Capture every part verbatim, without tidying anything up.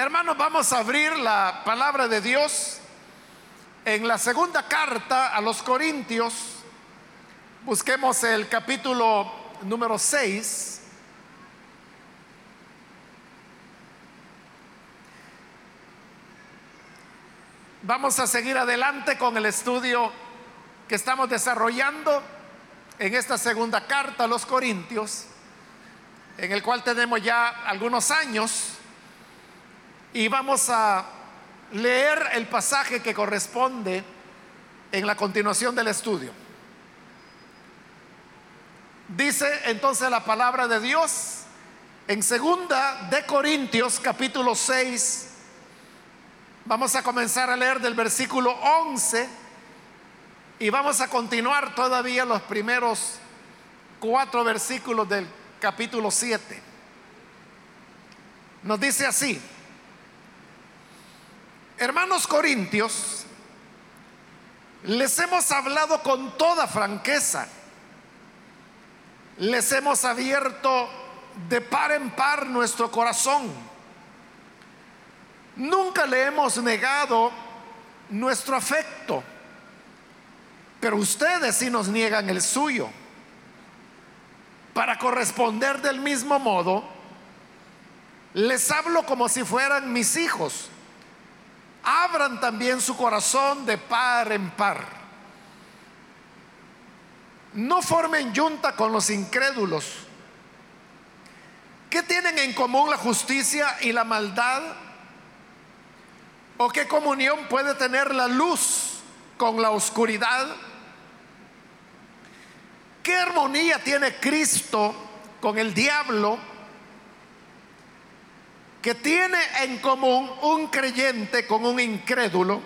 Hermanos, vamos a abrir la palabra de Dios en la segunda carta a los Corintios. Busquemos el capítulo número seis. Vamos a seguir adelante con el estudio que estamos desarrollando en esta segunda carta a los Corintios, en el cual tenemos ya algunos años, y vamos a leer el pasaje que corresponde en la continuación del estudio. Dice entonces la palabra de Dios en segunda de Corintios capítulo seis. Vamos a comenzar a leer del versículo once y vamos a continuar todavía los primeros cuatro versículos del capítulo siete. Nos dice así: hermanos corintios, les hemos hablado con toda franqueza, les hemos abierto de par en par nuestro corazón. Nunca le hemos negado nuestro afecto, pero ustedes sí nos niegan el suyo. Para corresponder del mismo modo, les hablo como si fueran mis hijos. Abran también su corazón de par en par. No formen yunta con los incrédulos. ¿Qué tienen en común la justicia y la maldad? ¿O qué comunión puede tener la luz con la oscuridad? ¿Qué armonía tiene Cristo con el diablo? ¿Qué tiene en común un creyente con un incrédulo?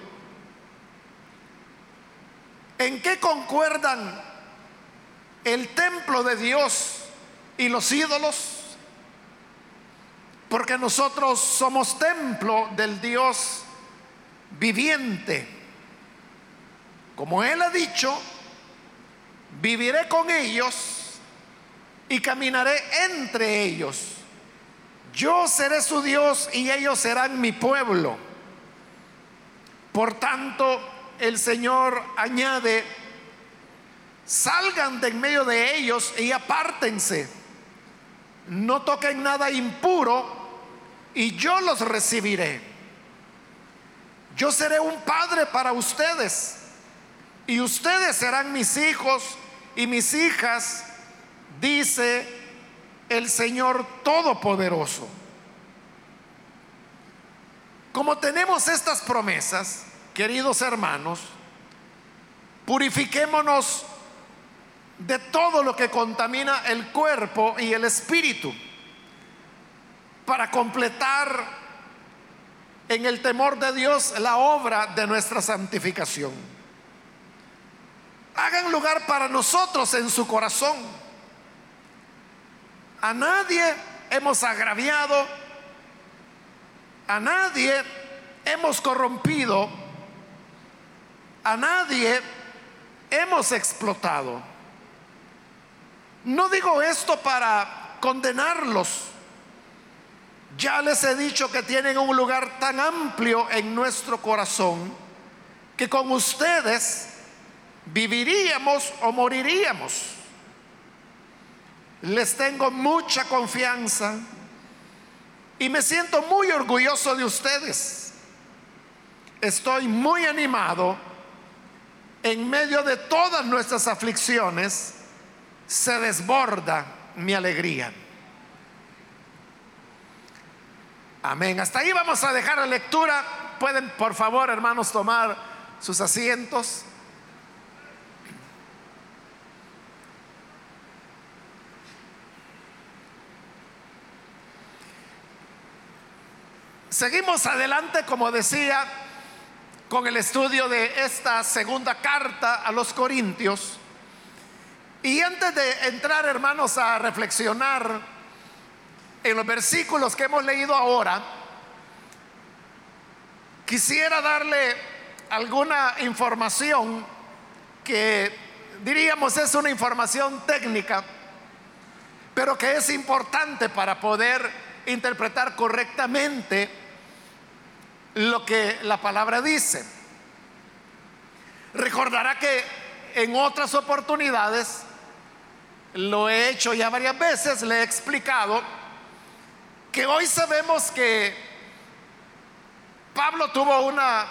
¿En qué concuerdan el templo de Dios y los ídolos? Porque nosotros somos templo del Dios viviente. Como Él ha dicho, viviré con ellos y caminaré entre ellos. Yo seré su Dios y ellos serán mi pueblo. Por tanto, el Señor añade: salgan de en medio de ellos y apártense. No toquen nada impuro y yo los recibiré. Yo seré un padre para ustedes y ustedes serán mis hijos y mis hijas, dice el Señor Todopoderoso. Como tenemos estas promesas, queridos hermanos, purifiquémonos de todo lo que contamina el cuerpo y el espíritu, para completar en el temor de Dios la obra de nuestra santificación. Hagan lugar para nosotros en su corazón. A nadie hemos agraviado, a nadie hemos corrompido, a nadie hemos explotado. No digo esto para condenarlos. Ya les he dicho que tienen un lugar tan amplio en nuestro corazón que con ustedes viviríamos o moriríamos. Les tengo mucha confianza y me siento muy orgulloso de ustedes. Estoy muy animado. En medio de todas nuestras aflicciones se desborda mi alegría. Amén. Hasta ahí vamos a dejar la lectura. Pueden, por favor, hermanos, tomar sus asientos. Seguimos adelante, como decía, con el estudio de esta segunda carta a los Corintios. Y antes de entrar, hermanos, a reflexionar en los versículos que hemos leído ahora, quisiera darle alguna información que diríamos es una información técnica, pero que es importante para poder interpretar correctamente lo que la palabra dice. Recordará que en otras oportunidades, lo he hecho ya varias veces, le he explicado que hoy sabemos que Pablo tuvo una,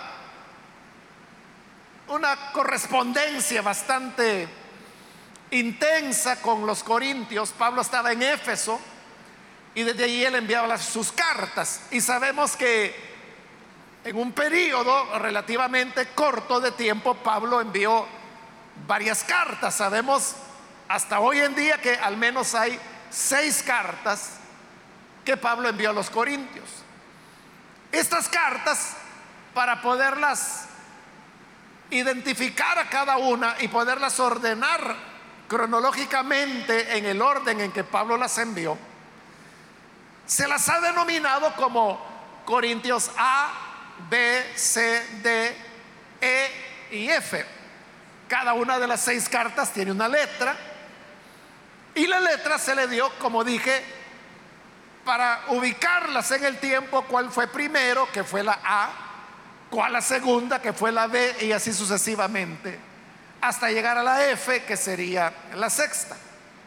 una correspondencia bastante intensa con los corintios. Pablo estaba en Éfeso y desde allí él enviaba las, sus cartas, y sabemos que en un periodo relativamente corto de tiempo Pablo envió varias cartas. Sabemos hasta hoy en día que al menos hay seis cartas que Pablo envió a los corintios. Estas cartas, para poderlas identificar a cada una y poderlas ordenar cronológicamente en el orden en que Pablo las envió, se las ha denominado como Corintios A, B, C, D, E y F. Cada una de las seis cartas tiene una letra, y la letra se le dio, como dije, para ubicarlas en el tiempo: cuál fue primero, que fue la A; cuál la segunda, que fue la B; y así sucesivamente, hasta llegar a la F, que sería la sexta.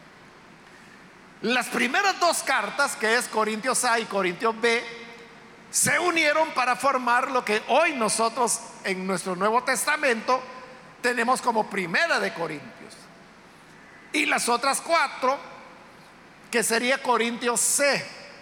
Las primeras dos cartas, que es Corintios A y Corintios B, se unieron para formar lo que hoy nosotros en nuestro Nuevo Testamento tenemos como Primera de Corintios. Y las otras cuatro, que sería Corintios C,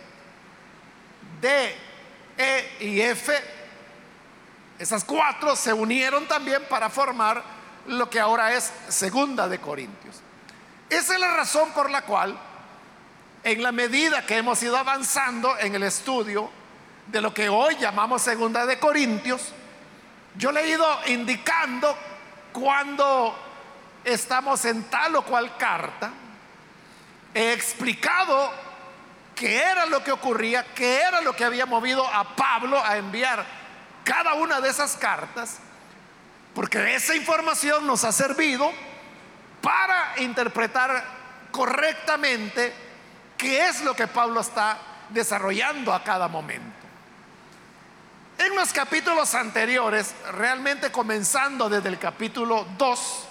D, E y F, esas cuatro se unieron también para formar lo que ahora es Segunda de Corintios. Esa es la razón por la cual, en la medida que hemos ido avanzando en el estudio de lo que hoy llamamos Segunda de Corintios, yo le he ido indicando cuando estamos en tal o cual carta. He explicado qué era lo que ocurría, qué era lo que había movido a Pablo a enviar cada una de esas cartas, porque esa información nos ha servido para interpretar correctamente qué es lo que Pablo está desarrollando a cada momento. En los capítulos anteriores, realmente comenzando desde el capítulo dos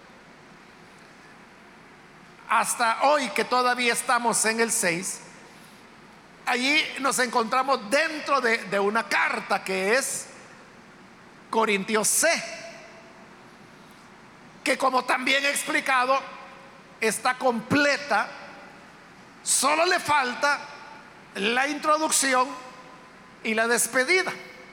hasta hoy, que todavía estamos en el seis, allí nos encontramos dentro de, de una carta que es Corintios C, que, como también he explicado, está completa. Solo le falta la introducción y la despedida,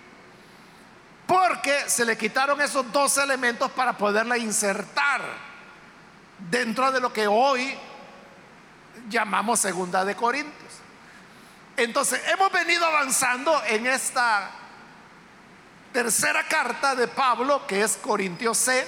porque se le quitaron esos dos elementos para poderla insertar dentro de lo que hoy llamamos Segunda de Corintios. Entonces hemos venido avanzando en esta tercera carta de Pablo, que es Corintios C,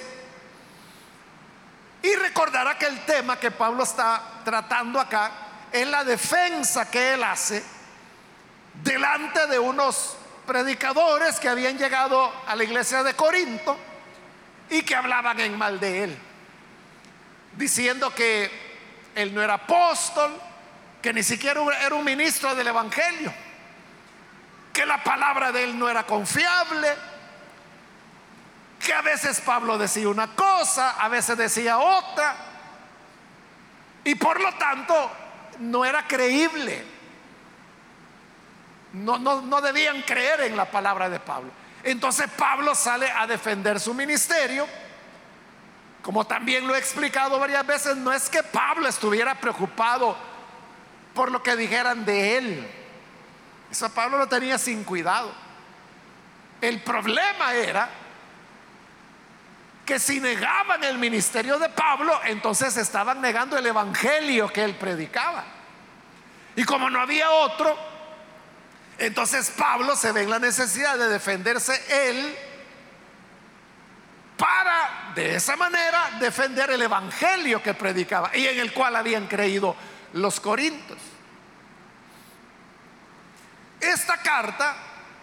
y recordará que el tema que Pablo está tratando acá es la defensa que él hace delante de unos predicadores que habían llegado a la iglesia de Corinto y que hablaban en mal de él, diciendo que él no era apóstol, que ni siquiera era un ministro del evangelio, que la palabra de él no era confiable, que a veces Pablo decía una cosa, a veces decía otra, y por lo tanto no era creíble. No, no, no debían creer en la palabra de Pablo. Entonces Pablo sale a defender su ministerio. Como también lo he explicado varias veces, no es que Pablo estuviera preocupado por lo que dijeran de él. Eso Pablo lo tenía sin cuidado. El problema era que si negaban el ministerio de Pablo, entonces estaban negando el evangelio que él predicaba. Y como no había otro, entonces Pablo se ve en la necesidad de defenderse él, para de esa manera defender el evangelio que predicaba y en el cual habían creído los corintios. Esta carta,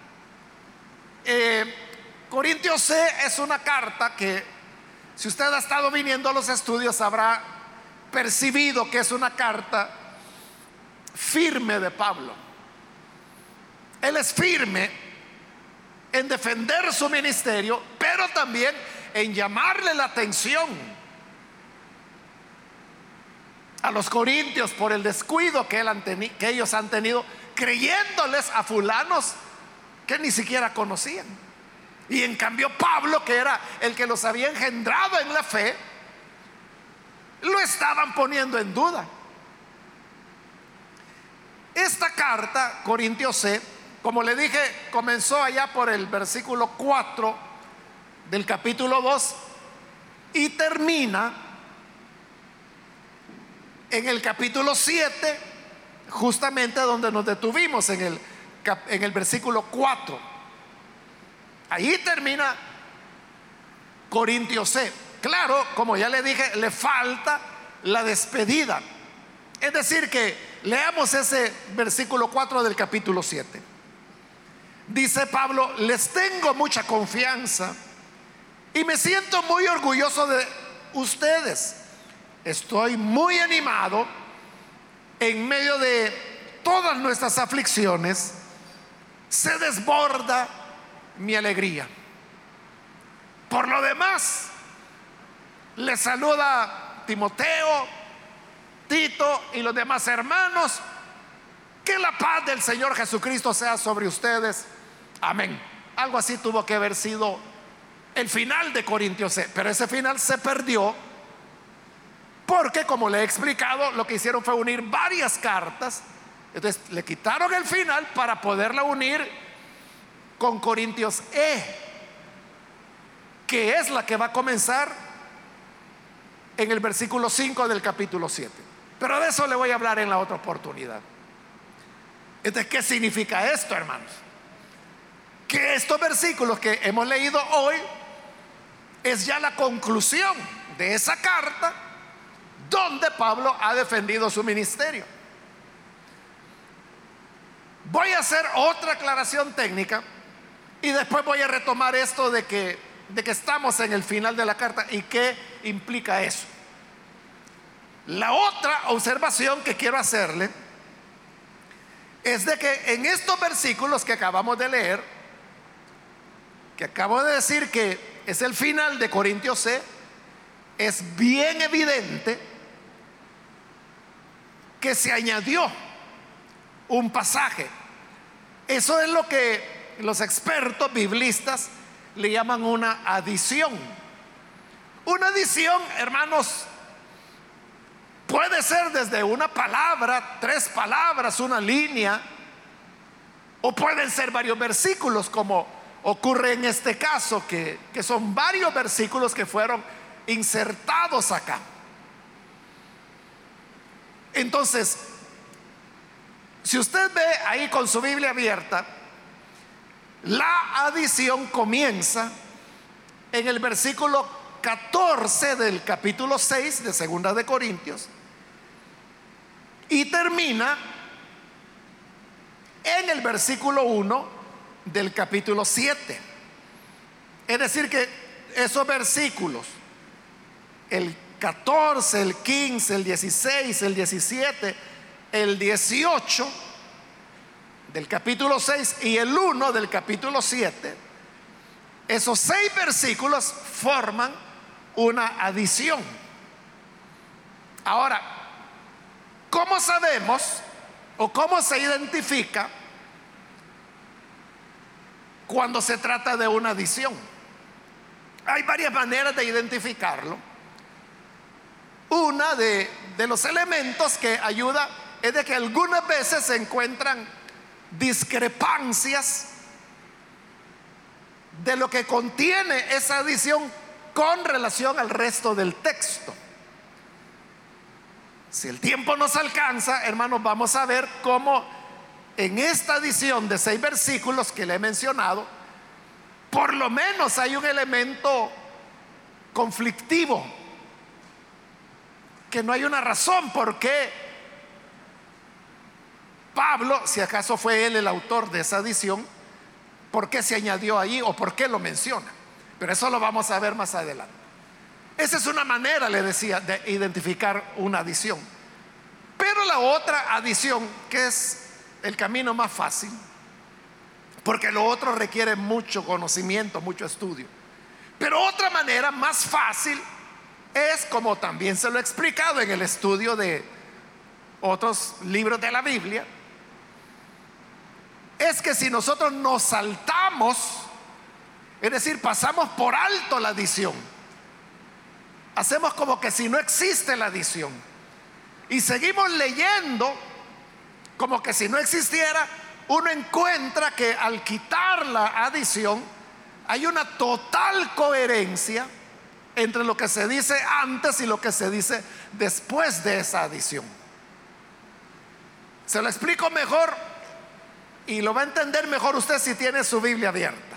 eh, Corintios C, es una carta que, si usted ha estado viniendo a los estudios, habrá percibido que es una carta firme de Pablo. Él es firme en defender su ministerio, pero también en llamarle la atención a los corintios por el descuido que, él han teni- que ellos han tenido, creyéndoles a fulanos que ni siquiera conocían. Y en cambio Pablo, que era el que los había engendrado en la fe, lo estaban poniendo en duda. Esta carta, Corintios C, como le dije, comenzó allá por el versículo cuatro del capítulo dos y termina en el capítulo siete, justamente donde nos detuvimos, en el, en el versículo cuatro. Ahí termina Corintios C. Claro, como ya le dije, le falta la despedida. Es decir, que leamos ese versículo cuatro del capítulo siete. Dice Pablo: les tengo mucha confianza y me siento muy orgulloso de ustedes. Estoy muy animado en medio de todas nuestras aflicciones. Se desborda mi alegría. Por lo demás, les saluda Timoteo, Tito y los demás hermanos. Que la paz del Señor Jesucristo sea sobre ustedes. Amén. Algo así tuvo que haber sido el final de Corintios C, pero ese final se perdió porque, como le he explicado, lo que hicieron fue unir varias cartas. Entonces le quitaron el final para poderla unir con Corintios E, que es la que va a comenzar en el versículo cinco del capítulo siete. Pero de eso le voy a hablar en la otra oportunidad. Entonces, ¿qué significa esto, hermanos? Que estos versículos que hemos leído hoy es ya la conclusión de esa carta donde Pablo ha defendido su ministerio. Voy a hacer otra aclaración técnica y después voy a retomar esto de que, de que estamos en el final de la carta y qué implica eso. La otra observación que quiero hacerle es de que en estos versículos que acabamos de leer, que acabo de decir que es el final de Corintios C, es bien evidente que se añadió un pasaje. Eso es lo que los expertos biblistas le llaman una adición. Una adición, hermanos, puede ser desde una palabra, tres palabras, una línea, o pueden ser varios versículos, como ocurre en este caso, que, que son varios versículos que fueron insertados acá. Entonces, si usted ve ahí con su Biblia abierta, la adición comienza en el versículo catorce del capítulo seis de Segunda de Corintios y termina en el versículo uno del capítulo siete. Es decir, que esos versículos, el catorce, el quince, el dieciséis, el diecisiete, el dieciocho del capítulo seis y el uno del capítulo siete, esos seis versículos forman una adición. Ahora, ¿cómo sabemos o cómo se identifica cuando se trata de una adición? Hay varias maneras de identificarlo. Una de, de los elementos que ayuda es de que algunas veces se encuentran discrepancias de lo que contiene esa adición con relación al resto del texto. Si el tiempo nos alcanza, hermanos, vamos a ver cómo en esta adición de seis versículos que le he mencionado, por lo menos hay un elemento conflictivo, que no hay una razón por qué Pablo, si acaso fue él el autor de esa adición, por qué se añadió allí o por qué lo menciona. Pero eso lo vamos a ver más adelante. Esa es una manera, le decía, de identificar una adición. Pero la otra adición, que es el camino más fácil, porque lo otro requiere mucho conocimiento, mucho estudio. Pero otra manera más fácil es, como también se lo he explicado en el estudio de otros libros de la Biblia, es que si nosotros nos saltamos, es decir, pasamos por alto la adición, hacemos como que si no existe la adición y seguimos leyendo como que si no existiera, uno encuentra que al quitar la adición hay una total coherencia entre lo que se dice antes y lo que se dice después de esa adición. Se lo explico mejor y lo va a entender mejor usted si tiene su Biblia abierta.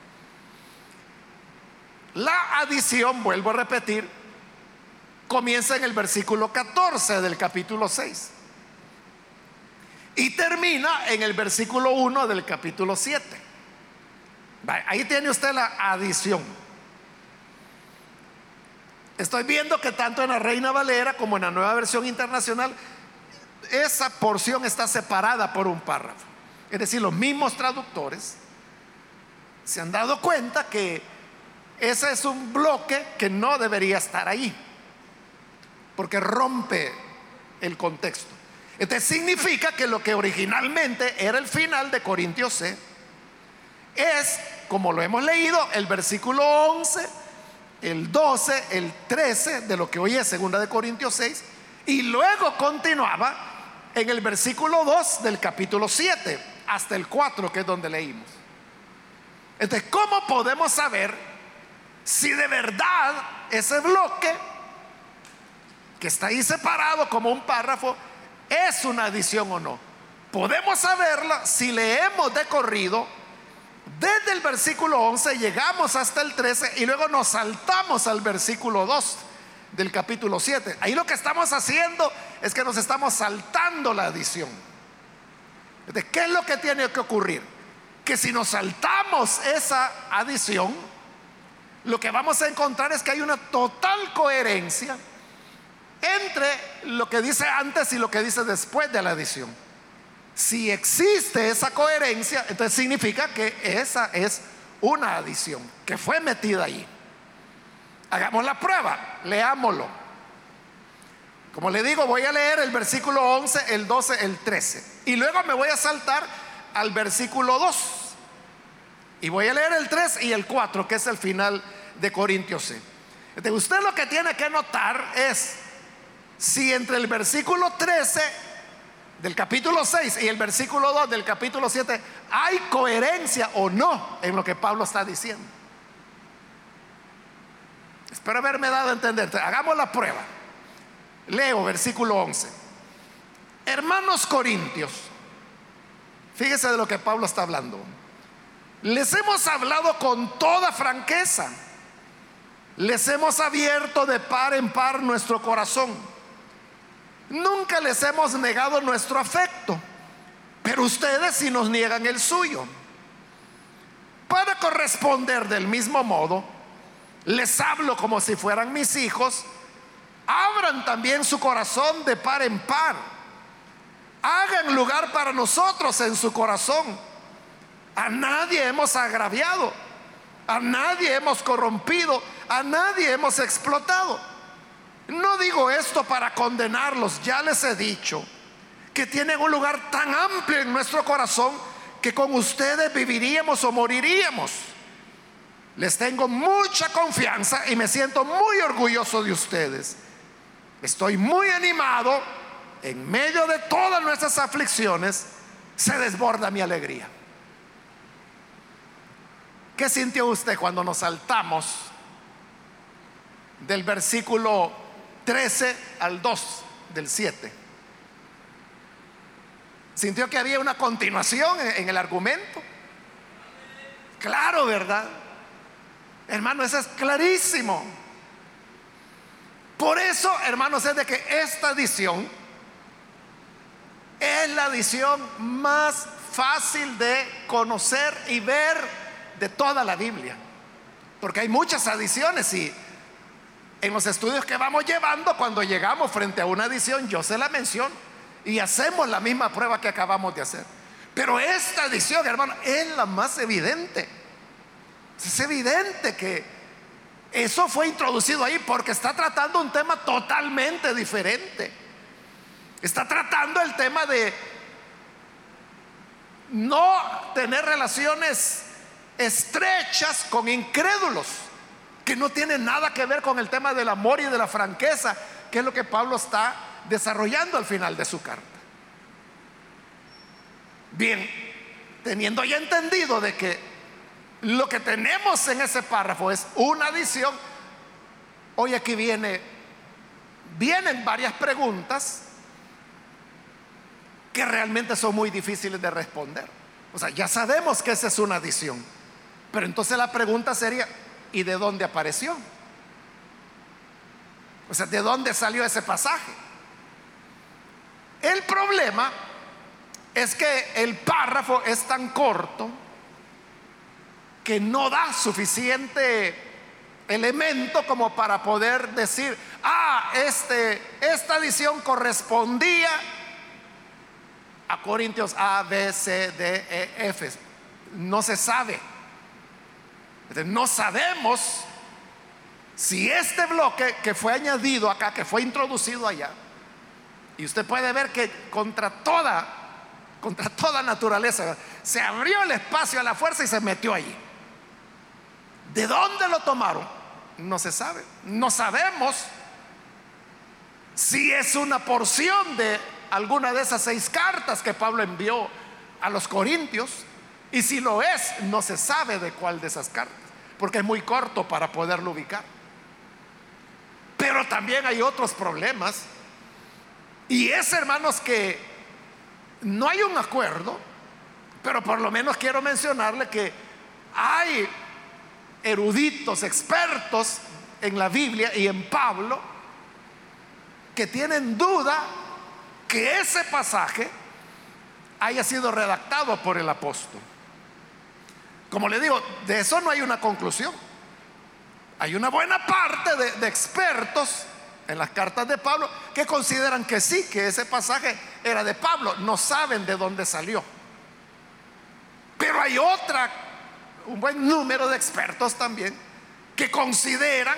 La adición, vuelvo a repetir, comienza en el versículo catorce del capítulo seis y termina en el versículo uno del capítulo siete. Ahí tiene usted la adición. Estoy viendo que tanto en la Reina Valera como en la Nueva Versión Internacional esa porción está separada por un párrafo. Es decir, los mismos traductores se han dado cuenta que ese es un bloque que no debería estar ahí, porque rompe el contexto. Entonces significa que lo que originalmente era el final de Corintios C es, como lo hemos leído, el versículo once, el doce, el trece de lo que hoy es segunda de Corintios seis, y luego continuaba en el versículo dos del capítulo siete hasta el cuatro, que es donde leímos. Entonces, ¿cómo podemos saber si de verdad ese bloque que está ahí separado como un párrafo es una adición o no? Podemos saberla si leemos de corrido desde el versículo once, llegamos hasta el trece y luego nos saltamos al versículo dos del capítulo siete. Ahí lo que estamos haciendo es que nos estamos saltando la adición. ¿De qué es lo que tiene que ocurrir? Que si nos saltamos esa adición, lo que vamos a encontrar es que hay una total coherencia entre lo que dice antes y lo que dice después de la adición. Si existe esa coherencia, entonces significa que esa es una adición que fue metida ahí. Hagamos la prueba, leámoslo. Como le digo, voy a leer el versículo once, el doce, el trece y luego me voy a saltar al versículo dos y voy a leer el tres y el cuatro, que es el final de Corintios C. Entonces usted lo que tiene que notar es si entre el versículo trece del capítulo seis y el versículo dos del capítulo siete hay coherencia o no en lo que Pablo está diciendo. Espero haberme dado a entender. Hagamos la prueba. Leo versículo once. Hermanos corintios, fíjese de lo que Pablo está hablando. Les hemos hablado con toda franqueza, les hemos abierto de par en par nuestro corazón, nunca les hemos negado nuestro afecto, pero ustedes sí nos niegan el suyo. Para corresponder del mismo modo, les hablo como si fueran mis hijos. Abran también su corazón de par en par, hagan lugar para nosotros en su corazón. A nadie hemos agraviado, a nadie hemos corrompido, a nadie hemos explotado. No digo esto para condenarlos, ya les he dicho que tienen un lugar tan amplio en nuestro corazón que con ustedes viviríamos o moriríamos. Les tengo mucha confianza y me siento muy orgulloso de ustedes. Estoy muy animado. En medio de todas nuestras aflicciones se desborda mi alegría. ¿Qué sintió usted cuando nos saltamos del versículo trece al dos del siete? ¿Sintió que había una continuación en el argumento? Claro, ¿verdad? Hermano, eso es clarísimo. Por eso, hermanos, es de que esta adición es la adición más fácil de conocer y ver de toda la Biblia, porque hay muchas adiciones y en los estudios que vamos llevando, cuando llegamos frente a una adición, yo se la menciono y hacemos la misma prueba que acabamos de hacer. Pero esta adición, hermano, es la más evidente. Es evidente que eso fue introducido ahí porque está tratando un tema totalmente diferente. Está tratando el tema de no tener relaciones estrechas con incrédulos, que no tienen nada que ver con el tema del amor y de la franqueza, que es lo que Pablo está desarrollando al final de su carta. Bien, teniendo ya entendido de que lo que tenemos en ese párrafo es una adición, hoy aquí viene, vienen varias preguntas que realmente son muy difíciles de responder. O sea, ya sabemos que esa es una adición, pero entonces la pregunta sería, ¿y de dónde apareció? O sea, ¿de dónde salió ese pasaje? El problema es que el párrafo es tan corto que no da suficiente elemento como para poder decir, ah, este, esta adición correspondía a Corintios A, B, C, D, E, F. No se sabe. No sabemos si este bloque que fue añadido acá, que fue introducido allá, y usted puede ver que contra toda, contra toda naturaleza, se abrió el espacio a la fuerza y se metió allí. ¿De dónde lo tomaron? No se sabe. No sabemos si es una porción de alguna de esas seis cartas que Pablo envió a los corintios, y si lo es, no se sabe de cuál de esas cartas, porque es muy corto para poderlo ubicar. Pero también hay otros problemas, y es, hermanos, que no hay un acuerdo, pero por lo menos quiero mencionarle que hay eruditos, expertos en la Biblia y en Pablo, que tienen duda que ese pasaje haya sido redactado por el apóstol. Como le digo, de eso no hay una conclusión. Hay una buena parte de, de expertos en las cartas de Pablo que consideran que sí, que ese pasaje era de Pablo. No saben de dónde salió. Pero hay otra, un buen número de expertos también, que consideran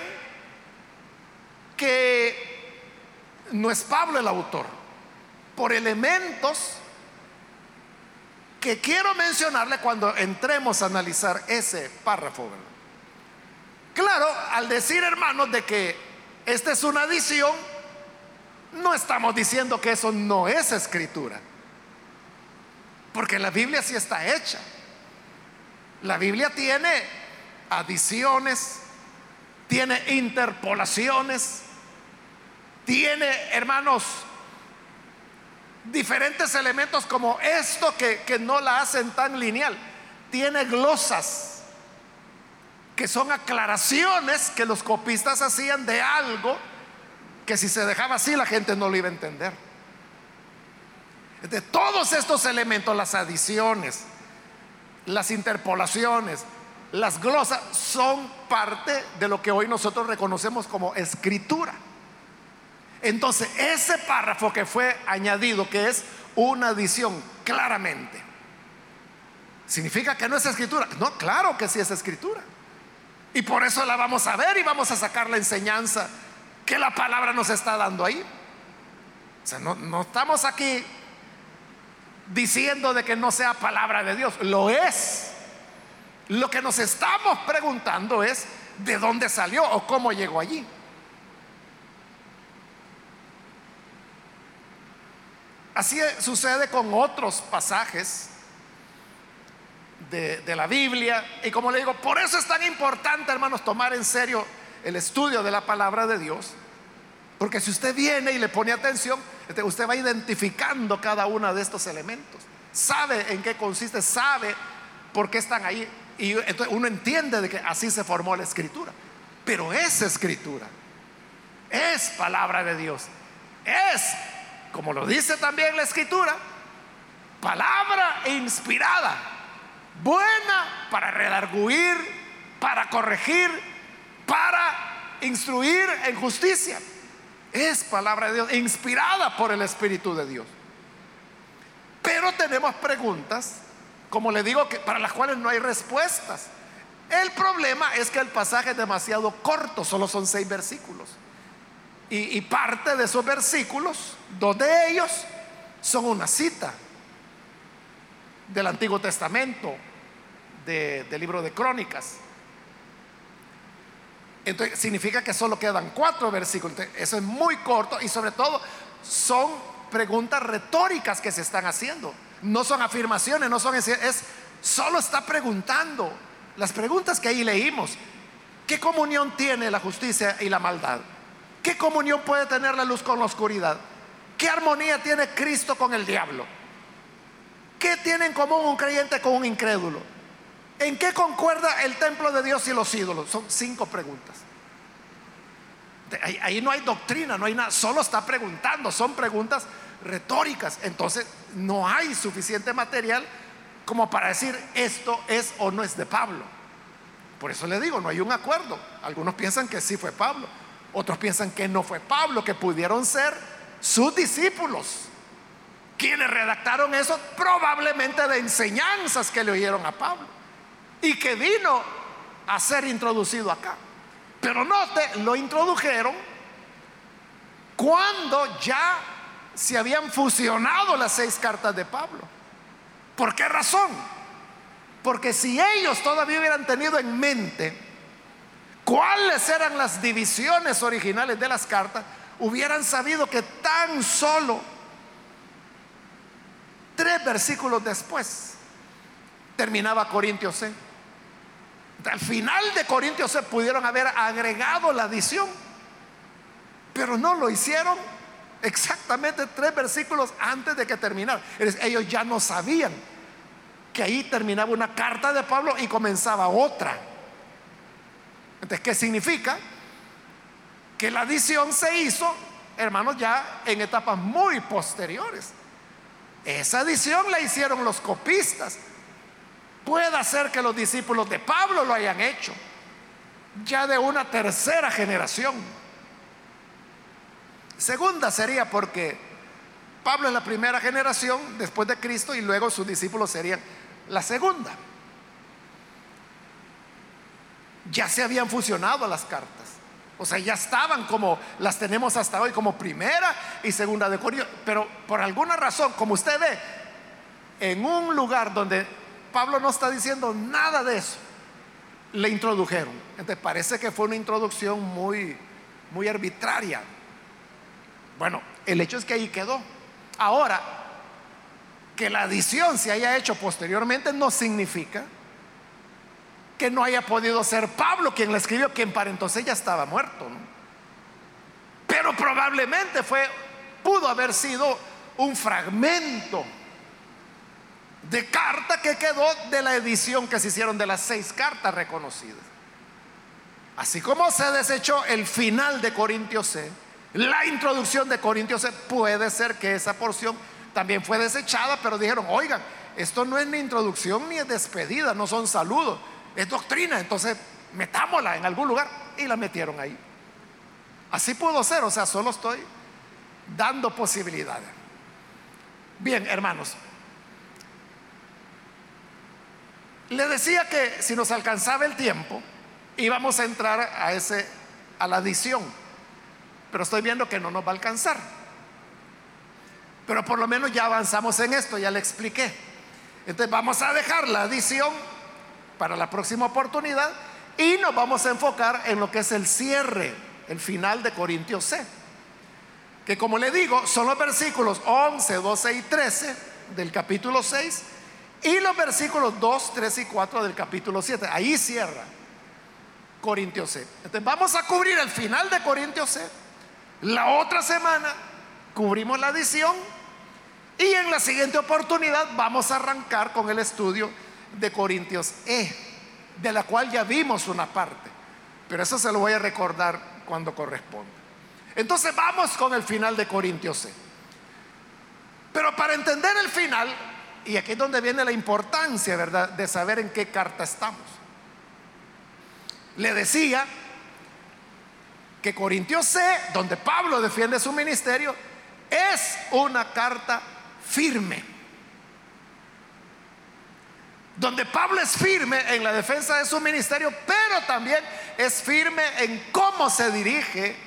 que no es Pablo el autor, por elementos que quiero mencionarle cuando entremos a analizar ese párrafo, ¿verdad? Claro, al decir, hermanos, de que esta es una adición, no estamos diciendo que eso no es escritura, porque la Biblia sí está hecha. La Biblia tiene adiciones, tiene interpolaciones, tiene, hermanos, diferentes elementos como esto que, que no la hacen tan lineal. Tiene glosas, que son aclaraciones que los copistas hacían de algo que si se dejaba así la gente no lo iba a entender. De todos estos elementos, las adiciones, las interpolaciones, las glosas, son parte de lo que hoy nosotros reconocemos como escritura. Entonces, ese párrafo que fue añadido, que es una adición, claramente, ¿significa que no es escritura? No, claro que sí es escritura. Y por eso la vamos a ver y vamos a sacar la enseñanza que la palabra nos está dando ahí. O sea, no, no estamos aquí diciendo de que no sea palabra de Dios. Lo es. Lo que nos estamos preguntando es de dónde salió o cómo llegó allí. Así sucede con otros pasajes de, de la Biblia. Y como le digo, por eso es tan importante, hermanos, tomar en serio el estudio de la palabra de Dios, porque si usted viene y le pone atención, usted va identificando cada uno de estos elementos, sabe en qué consiste, sabe por qué están ahí, y entonces uno entiende de que así se formó la escritura. Pero es escritura, es palabra de Dios, es, como lo dice también la escritura, palabra inspirada, buena para redarguir, para corregir, para instruir en justicia. Es palabra de Dios, inspirada por el Espíritu de Dios. Pero tenemos preguntas, como le digo, que para las cuales no hay respuestas. El problema es que el pasaje es demasiado corto, solo son seis versículos. Y, y parte de esos versículos, dos de ellos son una cita del Antiguo Testamento, de, del libro de Crónicas. Entonces significa que solo quedan cuatro versículos. Entonces, eso es muy corto y sobre todo son preguntas retóricas que se están haciendo. No son afirmaciones, no son, es solo está preguntando. Las preguntas que ahí leímos: ¿qué comunión tiene la justicia y la maldad? ¿Qué comunión puede tener la luz con la oscuridad? ¿Qué armonía tiene Cristo con el diablo? ¿Qué tiene en común un creyente con un incrédulo? ¿En qué concuerda el templo de Dios y los ídolos? Son cinco preguntas. Ahí, ahí no hay doctrina, no hay nada, solo está preguntando, son preguntas retóricas. Entonces no hay suficiente material como para decir esto es o no es de Pablo. Por eso le digo, no hay un acuerdo. Algunos piensan que sí fue Pablo, otros piensan que no fue Pablo, que pudieron ser sus discípulos quienes redactaron eso, probablemente de enseñanzas que le oyeron a Pablo y que vino a ser introducido acá. Pero note, lo introdujeron cuando ya se habían fusionado las seis cartas de Pablo. ¿Por qué razón? Porque si ellos todavía hubieran tenido en mente cuáles eran las divisiones originales de las cartas, hubieran sabido que tan solo tres versículos después terminaba Corintios C. Al final de Corintios C pudieron haber agregado la adición, pero no lo hicieron exactamente tres versículos antes de que terminara. Ellos ya no sabían que ahí terminaba una carta de Pablo y comenzaba otra. Entonces, ¿qué significa? Que la adición se hizo, hermanos, ya en etapas muy posteriores. Esa adición la hicieron los copistas. Puede ser que los discípulos de Pablo lo hayan hecho ya de una tercera generación. Segunda sería porque Pablo es la primera generación después de Cristo y luego sus discípulos serían la segunda. Ya se habían fusionado las cartas, o sea, ya estaban como las tenemos hasta hoy, como primera y segunda de Corintios. Pero por alguna razón, como usted ve, en un lugar donde Pablo no está diciendo nada de eso, le introdujeron. Entonces parece que fue una introducción muy, muy arbitraria. Bueno, el hecho es que ahí quedó. Ahora, que la adición se haya hecho posteriormente no significa que no haya podido ser Pablo quien la escribió, quien para entonces ya estaba muerto, ¿no? Pero probablemente fue, pudo haber sido un fragmento de carta que quedó de la edición que se hicieron de las seis cartas reconocidas. Así como se desechó el final de Corintios C, la introducción de Corintios C, puede ser que esa porción también fue desechada, pero dijeron: oigan, esto no es ni introducción ni es despedida, no son saludos, es doctrina, entonces metámosla en algún lugar, y la metieron ahí. Así pudo ser, o sea, solo estoy dando posibilidades. Bien, hermanos, le decía que si nos alcanzaba el tiempo íbamos a entrar a ese a la adición, pero estoy viendo que no nos va a alcanzar. Pero por lo menos ya avanzamos en esto, ya le expliqué. Entonces vamos a dejar la adición para la próxima oportunidad y nos vamos a enfocar en lo que es el cierre, el final de Corintios C, que, como le digo, son los versículos once, doce y trece del capítulo seis y los versículos dos, tres y cuatro del capítulo siete. Ahí cierra Corintios C. Entonces vamos a cubrir el final de Corintios C. La otra semana cubrimos la adición y en la siguiente oportunidad vamos a arrancar con el estudio de Corintios E, de la cual ya vimos una parte, pero eso se lo voy a recordar cuando corresponda. Entonces vamos con el final de Corintios C. Pero para entender el final, y aquí es donde viene la importancia, ¿verdad?, de saber en qué carta estamos. Le decía que Corintios C, donde Pablo defiende su ministerio, es una carta firme. donde Pablo es firme en la defensa de su ministerio, pero también es firme en cómo se dirige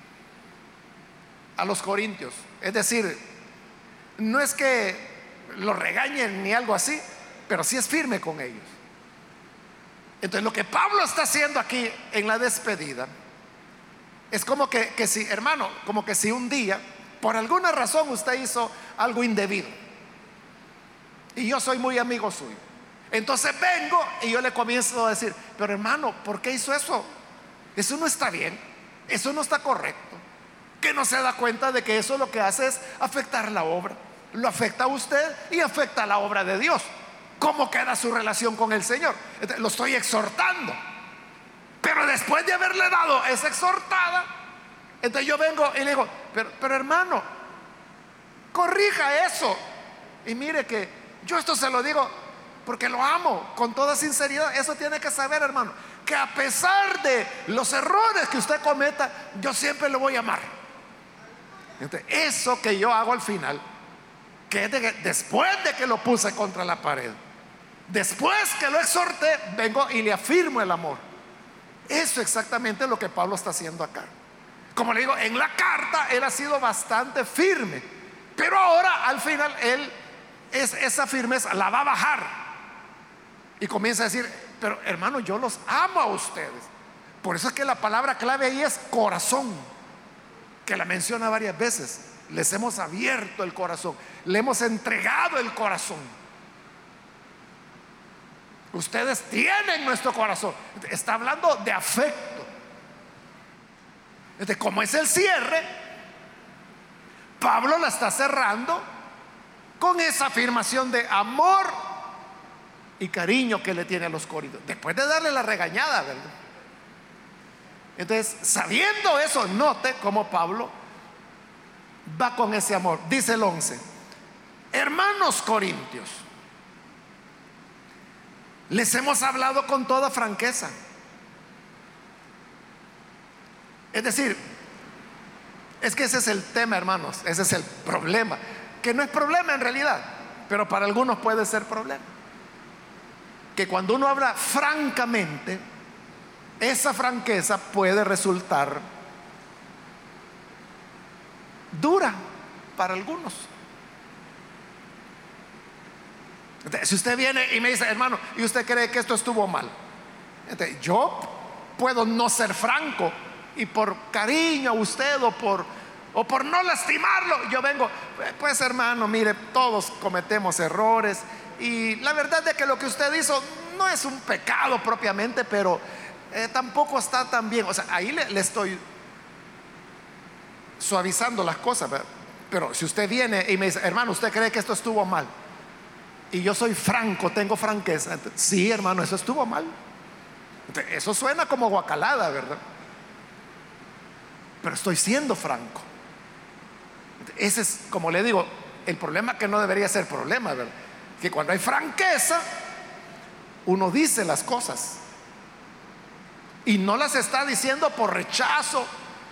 a los corintios. Es decir, no es que los regañen ni algo así, pero sí es firme con ellos. Entonces lo que Pablo está haciendo aquí en la despedida es como que, que si, hermano, como que si un día por alguna razón usted hizo algo indebido y yo soy muy amigo suyo, entonces vengo y yo le comienzo a decir, pero hermano, ¿por qué hizo eso? Eso no está bien, eso no está correcto. Que no se da cuenta de que eso lo que hace es afectar la obra, lo afecta a usted y afecta a la obra de Dios. ¿Cómo queda su relación con el Señor? Entonces, lo estoy exhortando, pero después de haberle dado esa exhortada, entonces yo vengo y le digo, pero, pero hermano, corrija eso. Y mire que yo esto se lo digo porque lo amo con toda sinceridad. Eso tiene que saber, hermano, que a pesar de los errores que usted cometa, yo siempre lo voy a amar. Entonces, eso que yo hago al final, que es de que después de que lo puse contra la pared, después que lo exhorté, vengo y le afirmo el amor. Eso exactamente es lo que Pablo está haciendo acá. Como le digo, en la carta él ha sido bastante firme, pero ahora al final él es, esa firmeza la va a bajar y comienza a decir, pero hermano, yo los amo a ustedes. Por eso es que la palabra clave ahí es corazón, que la menciona varias veces. Les hemos abierto el corazón, le hemos entregado el corazón. Ustedes tienen nuestro corazón. Está hablando de afecto. Entonces, como es el cierre, Pablo la está cerrando con esa afirmación de amor y cariño que le tiene a los corintios, después de darle la regañada, ¿verdad? Entonces, sabiendo eso, note cómo Pablo va con ese amor. Dice el once: hermanos corintios, les hemos hablado con toda franqueza. Es decir, es que ese es el tema, hermanos, ese es el problema, que no es problema en realidad, pero para algunos puede ser problema. Que cuando uno habla francamente, esa franqueza puede resultar dura para algunos. Entonces, si usted viene y me dice, hermano, ¿y usted cree que esto estuvo mal? Entonces, yo puedo no ser franco y por cariño a usted o por, o por no lastimarlo, yo vengo, pues hermano, mire, todos cometemos errores y la verdad es que lo que usted hizo no es un pecado propiamente, pero eh, tampoco está tan bien. O sea, ahí le, le estoy suavizando las cosas, ¿verdad? Pero si usted viene y me dice, hermano, ¿usted cree que esto estuvo mal? Y yo soy franco, tengo franqueza. Entonces, sí, hermano, eso estuvo mal. Entonces, eso suena como guacalada, ¿verdad? Pero estoy siendo franco. Entonces, ese es, como le digo, el problema que no debería ser problema, ¿verdad? Que cuando hay franqueza, uno dice las cosas y no las está diciendo por rechazo.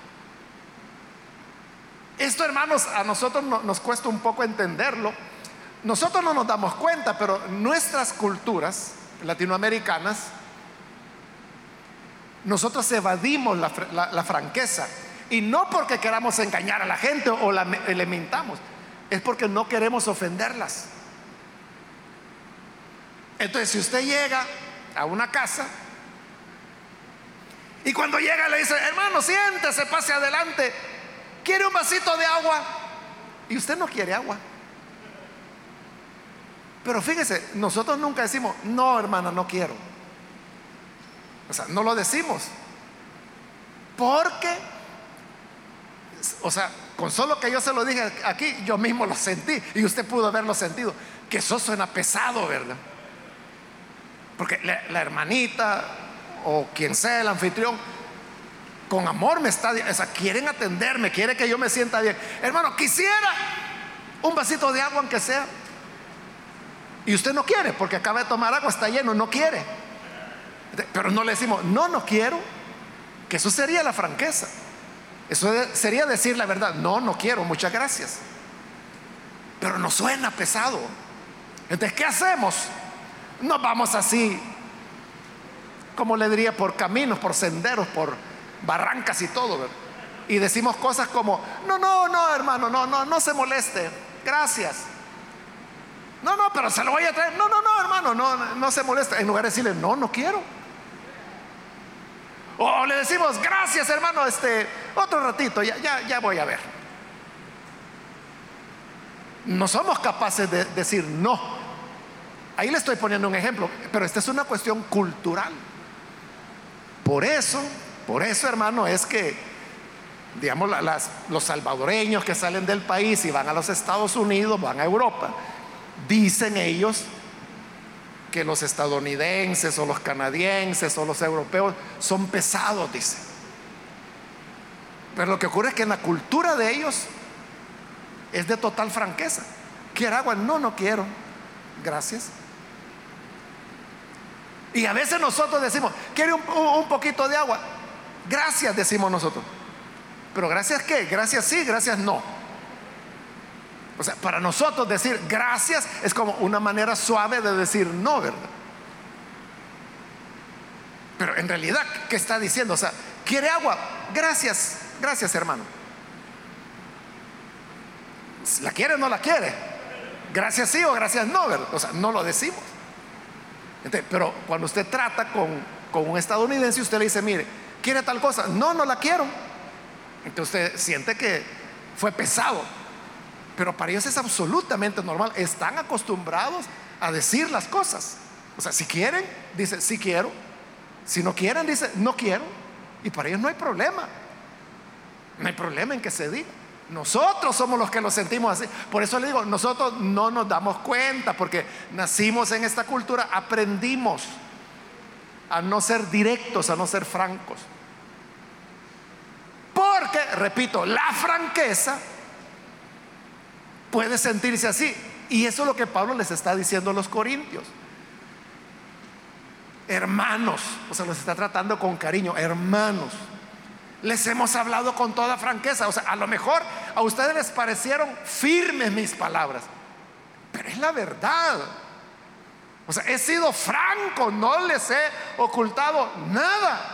Esto, hermanos, a nosotros no, nos cuesta un poco entenderlo. Nosotros no nos damos cuenta, pero nuestras culturas latinoamericanas, nosotros evadimos la, la, la franqueza, y no porque queramos engañar a la gente o la, le mintamos, es porque no queremos ofenderlas. Entonces, si usted llega a una casa y cuando llega le dice, hermano, siéntese, pase adelante, ¿quiere un vasito de agua? Y usted no quiere agua. Pero fíjese, nosotros nunca decimos, no, hermana, no quiero. O sea, no lo decimos porque, o sea, con solo que yo se lo dije aquí, yo mismo lo sentí y usted pudo haberlo sentido, que eso suena pesado, ¿verdad? Porque la, la hermanita o quien sea el anfitrión con amor me está, o sea, quieren atenderme, quiere que yo me sienta bien. Hermano, quisiera un vasito de agua aunque sea, y usted no quiere porque acaba de tomar agua, está lleno, no quiere. Pero no le decimos, no, no quiero, que eso sería la franqueza. Eso sería decir la verdad, no, no quiero, muchas gracias. Pero nos suena pesado. Entonces, ¿qué hacemos? nos vamos así, como le diría, por caminos, por senderos, por barrancas y todo, ¿verdad? Y decimos cosas como: no, no, no, hermano, no, no, no se moleste, gracias. No, no, pero se lo voy a traer. No, no, no, hermano, no, no se moleste. En lugar de decirle: no, no quiero. O le decimos: gracias, hermano, este, otro ratito, ya, ya, ya voy a ver. No somos capaces de decir no. Ahí le estoy poniendo un ejemplo, pero esta es una cuestión cultural. Por eso, por eso, hermano, es que, digamos, las, los salvadoreños que salen del país y van a los Estados Unidos, van a Europa, dicen ellos que los estadounidenses o los canadienses o los europeos son pesados, dicen. Pero lo que ocurre es que en la cultura de ellos es de total franqueza. ¿Quiere agua? No, no quiero, gracias. Y a veces nosotros decimos: ¿quiere un, un poquito de agua? Gracias, decimos nosotros. Pero gracias, ¿qué? Gracias sí, gracias no. O sea, para nosotros decir gracias es como una manera suave de decir no, ¿verdad? Pero en realidad, ¿qué está diciendo? O sea, ¿quiere agua? Gracias, gracias, hermano. ¿La quiere o no la quiere? Gracias sí o gracias no, ¿verdad? O sea, no lo decimos. Entonces, pero cuando usted trata con, con un estadounidense, usted le dice: mire, ¿quiere tal cosa? No, no la quiero. Entonces usted siente que fue pesado. Pero para ellos es absolutamente normal. Están acostumbrados a decir las cosas. O sea, si quieren, dice sí quiero. Si no quieren, dice no quiero. Y para ellos no hay problema. No hay problema en que se diga. Nosotros somos los que lo sentimos así. Por eso le digo, nosotros no nos damos cuenta, porque nacimos en esta cultura, aprendimos a no ser directos, a no ser francos. Porque, repito, la franqueza puede sentirse así. Y eso es lo que Pablo les está diciendo a los corintios. Hermanos, o sea, los está tratando con cariño. Hermanos, les hemos hablado con toda franqueza. O sea, a lo mejor a ustedes les parecieron firmes mis palabras, pero es la verdad. O sea, he sido franco, no les he ocultado nada.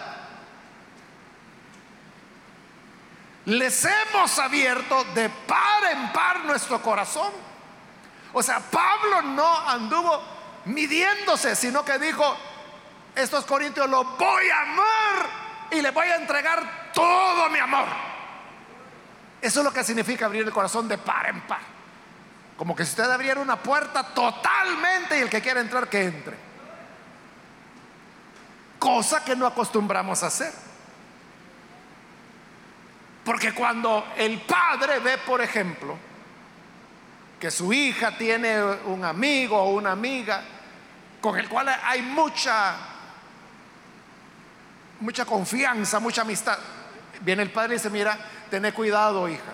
Les hemos abierto de par en par nuestro corazón. O sea, Pablo no anduvo midiéndose, sino que dijo: estos corintios los voy a amar y les voy a entregar todo mi amor. Eso es lo que significa abrir el corazón de par en par. Como que si usted abriera una puerta totalmente y el que quiera entrar, que entre. Cosa que no acostumbramos a hacer. Porque cuando el padre ve, por ejemplo, que su hija tiene un amigo o una amiga con el cual hay mucha mucha confianza, mucha amistad, viene el padre y dice: mira, tené cuidado, hija,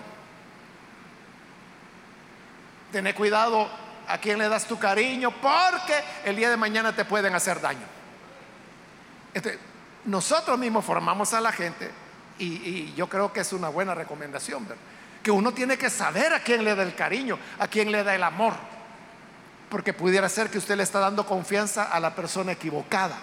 tené cuidado a quién le das tu cariño, porque el día de mañana te pueden hacer daño. Entonces, nosotros mismos formamos a la gente. Y, y yo creo que es una buena recomendación, ¿verdad? Que uno tiene que saber a quién le da el cariño, a quién le da el amor, porque pudiera ser que usted le está dando confianza a la persona equivocada.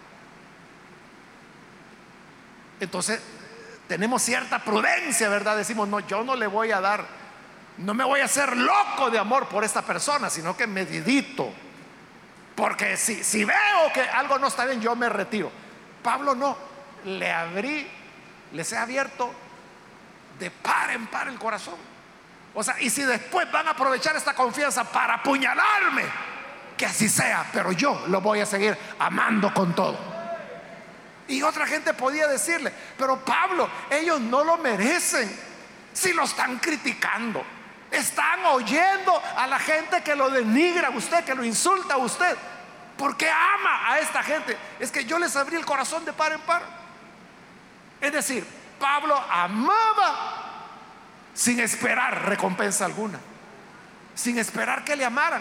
Entonces tenemos cierta prudencia, ¿verdad? Decimos: no, yo no le voy a dar, no me voy a hacer loco de amor por esta persona, sino que medidito, porque si, si veo que algo no está bien, yo me retiro. Pablo no, le abrí, les he abierto de par en par el corazón. O sea, y si después van a aprovechar esta confianza para apuñalarme, que así sea, pero yo lo voy a seguir amando con todo. Y otra gente podía decirle: pero Pablo, ellos no lo merecen. Si lo están criticando, están oyendo a la gente que lo denigra a usted, que lo insulta a usted. ¿Por qué ama a esta gente? Es que yo les abrí el corazón de par en par. Es decir, Pablo amaba sin esperar recompensa alguna, sin esperar que le amaran.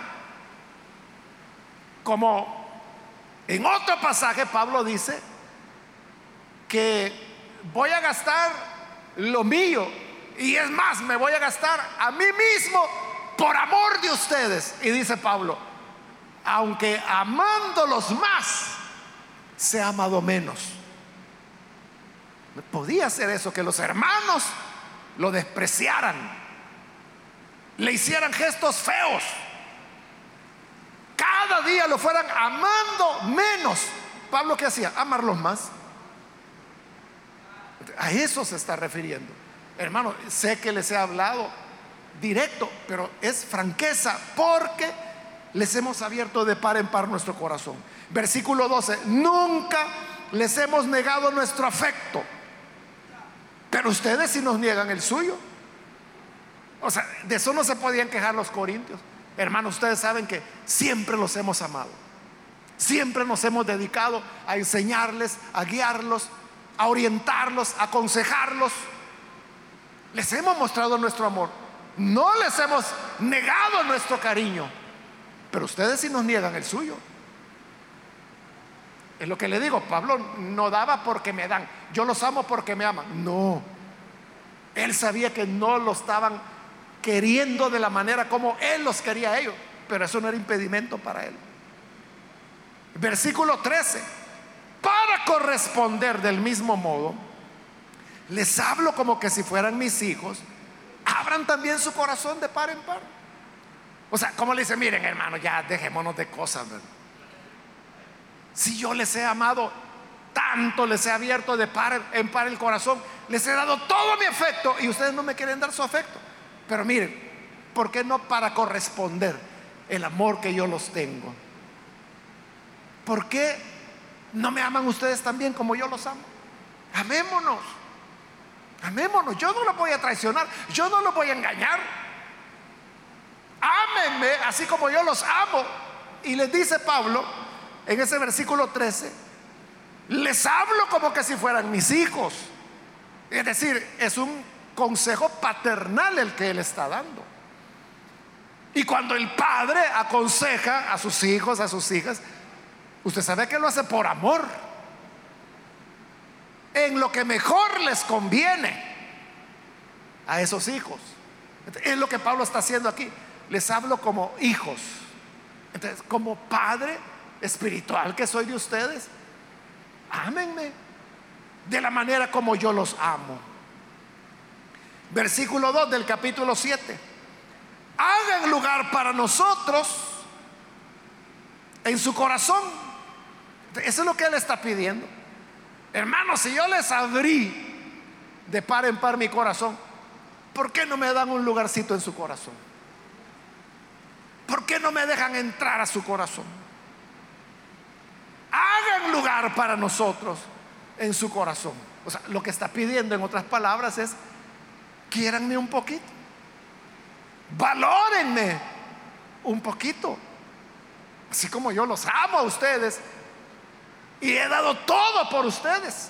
Como en otro pasaje Pablo dice que voy a gastar lo mío, y es más, me voy a gastar a mí mismo por amor de ustedes. Y dice Pablo: aunque amándolos más, se ha amado menos. Podía ser eso, que los hermanos lo despreciaran, le hicieran gestos feos, cada día lo fueran amando menos. Pablo, ¿qué hacía? Amarlos más. A eso se está refiriendo. Hermano, sé que les he hablado directo, pero es franqueza, porque les hemos abierto de par en par nuestro corazón. Versículo doce: nunca les hemos negado nuestro afecto, pero ustedes sí nos niegan el suyo. O sea, de eso no se podían quejar los corintios. Hermanos, ustedes saben que siempre los hemos amado, siempre nos hemos dedicado a enseñarles, a guiarlos, a orientarlos, a aconsejarlos. Les hemos mostrado nuestro amor, no les hemos negado nuestro cariño, pero ustedes sí nos niegan el suyo. Es lo que le digo, Pablo no daba porque me dan, yo los amo porque me aman. No, él sabía que no lo estaban queriendo de la manera como él los quería a ellos, pero eso no era impedimento para él. Versículo trece: para corresponder del mismo modo, les hablo como que si fueran mis hijos, abran también su corazón de par en par. O sea, como le dice, miren hermano, ya dejémonos de cosas, ¿verdad? Si yo les he amado tanto, les he abierto de par en par el corazón, les he dado todo mi afecto y ustedes no me quieren dar su afecto. Pero miren, ¿por qué no para corresponder el amor que yo los tengo? ¿Por qué no me aman ustedes también como yo los amo? Amémonos, amémonos. Yo no los voy a traicionar, yo no los voy a engañar. Ámenme así como yo los amo. Y les dice Pablo en ese versículo trece: les hablo como que si fueran mis hijos. Es decir, es un consejo paternal el que él está dando. Y cuando el padre aconseja a sus hijos, a sus hijas, usted sabe que lo hace por amor, en lo que mejor les conviene a esos hijos. Es lo que Pablo está haciendo aquí. Les hablo como hijos. Entonces, como padre espiritual que soy de ustedes, ámenme de la manera como yo los amo. Versículo dos del capítulo siete: hagan lugar para nosotros en su corazón. Eso es lo que él está pidiendo. Hermanos, si yo les abrí de par en par mi corazón, ¿por qué no me dan un lugarcito en su corazón? ¿Por qué no me dejan entrar a su corazón? Hagan lugar para nosotros en su corazón. O sea, lo que está pidiendo en otras palabras es: quiéranme un poquito, valórenme un poquito, así como yo los amo a ustedes y he dado todo por ustedes.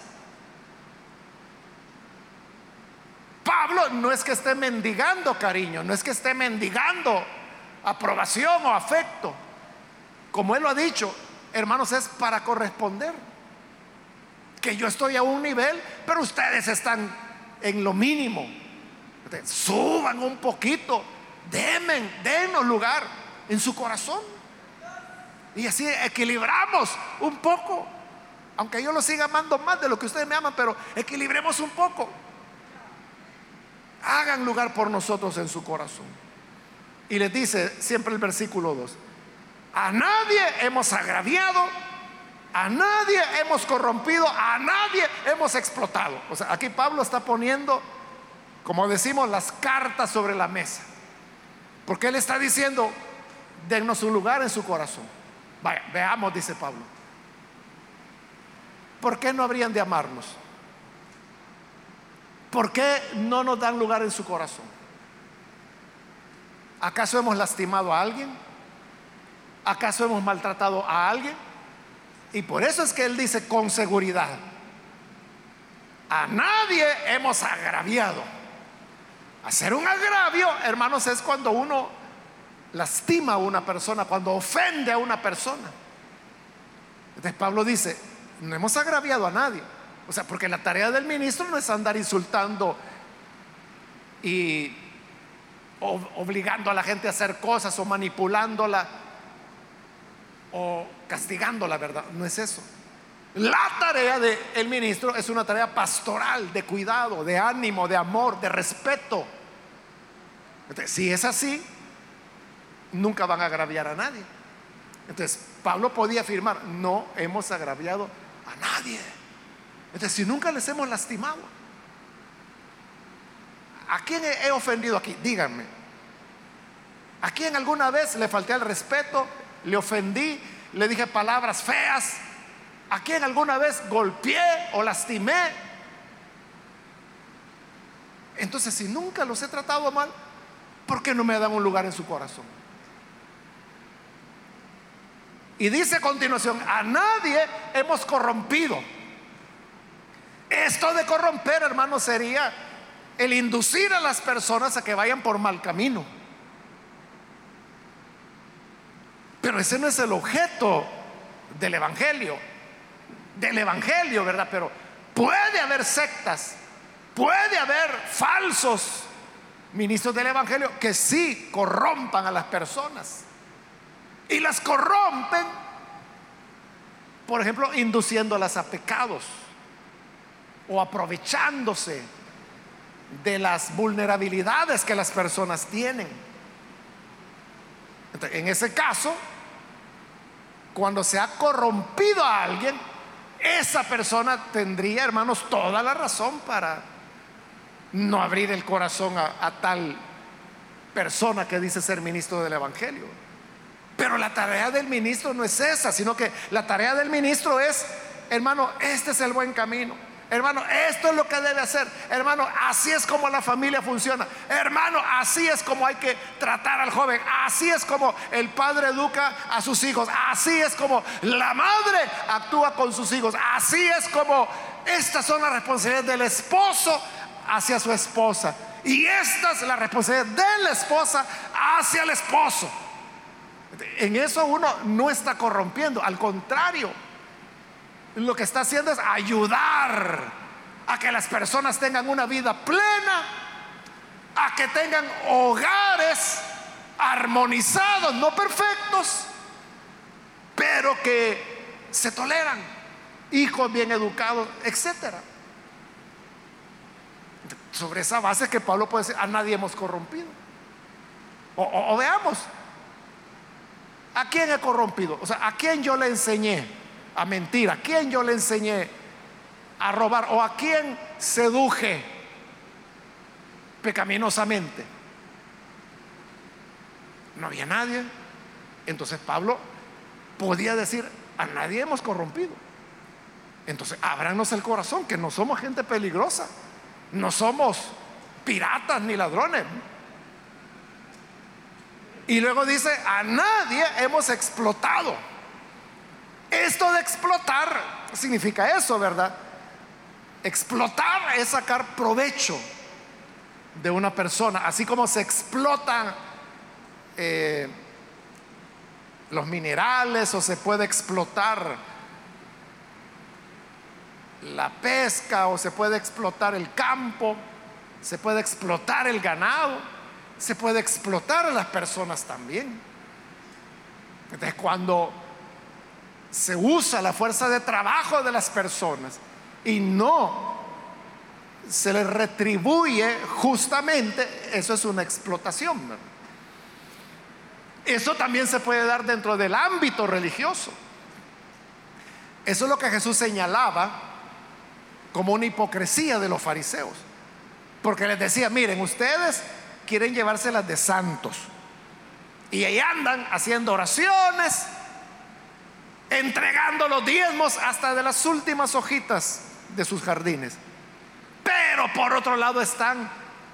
Pablo no es que esté mendigando cariño, no es que esté mendigando aprobación o afecto. Como él lo ha dicho, hermanos, es para corresponder. Que yo estoy a un nivel, pero ustedes están en lo mínimo. Suban un poquito, denme, denos lugar en su corazón, y así equilibramos un poco. Aunque yo los siga amando más de lo que ustedes me aman, pero equilibremos un poco. Hagan lugar por nosotros en su corazón. Y les dice siempre el versículo dos: a nadie hemos agraviado, a nadie hemos corrompido, a nadie hemos explotado. O sea, aquí Pablo está poniendo, como decimos, las cartas sobre la mesa, porque él está diciendo: dennos un lugar en su corazón. Vaya, veamos, dice Pablo, ¿por qué no habrían de amarnos? ¿Por qué no nos dan lugar en su corazón? ¿Acaso hemos lastimado a alguien? ¿Acaso hemos maltratado a alguien? Y por eso es que él dice con seguridad: a nadie hemos agraviado. Hacer un agravio, hermanos, es cuando uno lastima a una persona, cuando ofende a una persona. Entonces Pablo dice: no hemos agraviado a nadie. O sea, porque la tarea del ministro no es andar insultando y obligando a la gente a hacer cosas o manipulándola. o castigando, la verdad, no es eso. La tarea del ministro es una tarea pastoral, de cuidado, de ánimo, de amor, de respeto. Entonces, si es así, nunca van a agraviar a nadie. Entonces Pablo podía afirmar: no hemos agraviado a nadie. Entonces, si nunca les hemos lastimado, ¿a quién he ofendido aquí? Díganme. ¿A quién alguna vez le falté al respeto, le ofendí, le dije palabras feas? ¿A quién alguna vez golpeé o lastimé? Entonces, si nunca los he tratado mal, ¿por qué no me dan un lugar en su corazón? Y dice a continuación: a nadie hemos corrompido. Esto de corromper, hermano, sería el inducir a las personas a que vayan por mal camino. Pero ese no es el objeto del evangelio. Del evangelio, ¿verdad? Pero puede haber sectas, puede haber falsos ministros del evangelio que sí corrompan a las personas. Y las corrompen, por ejemplo, induciéndolas a pecados o aprovechándose de las vulnerabilidades que las personas tienen. Entonces, en ese caso, cuando se ha corrompido a alguien, esa persona tendría, hermanos, toda la razón para no abrir el corazón a, a tal persona que dice ser ministro del evangelio. Pero la tarea del ministro no es esa, sino que la tarea del ministro es: hermano, este es el buen camino. Hermano, esto es lo que debe hacer. Hermano, así es como la familia funciona. Hermano, así es como hay que tratar al joven. Así es como el padre educa a sus hijos. Así es como la madre actúa con sus hijos. Así es como estas son las responsabilidades del esposo hacia su esposa. Y esta es la responsabilidad de la esposa hacia el esposo. En eso uno no está corrompiendo, al contrario, lo que está haciendo es ayudar a que las personas tengan una vida plena, a que tengan hogares armonizados, no perfectos, pero que se toleran, hijos bien educados, etcétera. Sobre esa base que Pablo puede decir: a nadie hemos corrompido. O, o, o veamos, ¿a quién he corrompido? O sea, ¿a quién yo le enseñé a mentir? ¿A quién yo le enseñé a robar? ¿O a quién seduje pecaminosamente? No había nadie. Entonces Pablo podía decir: a nadie hemos corrompido. Entonces ábranos el corazón, que no somos gente peligrosa, no somos piratas ni ladrones. Y luego dice: a nadie hemos explotado. Esto de explotar significa eso, ¿verdad? Explotar es sacar provecho de una persona, así como se explotan eh, los minerales, o se puede explotar la pesca, o se puede explotar el campo, se puede explotar el ganado, se puede explotar a las personas también. Entonces, cuando se usa la fuerza de trabajo de las personas y no se les retribuye justamente, eso es una explotación, ¿verdad? Eso también se puede dar dentro del ámbito religioso. Eso es lo que Jesús señalaba como una hipocresía de los fariseos, porque les decía: miren, ustedes quieren llevárselas de santos y ahí andan haciendo oraciones, entregando los diezmos hasta de las últimas hojitas de sus jardines, pero por otro lado están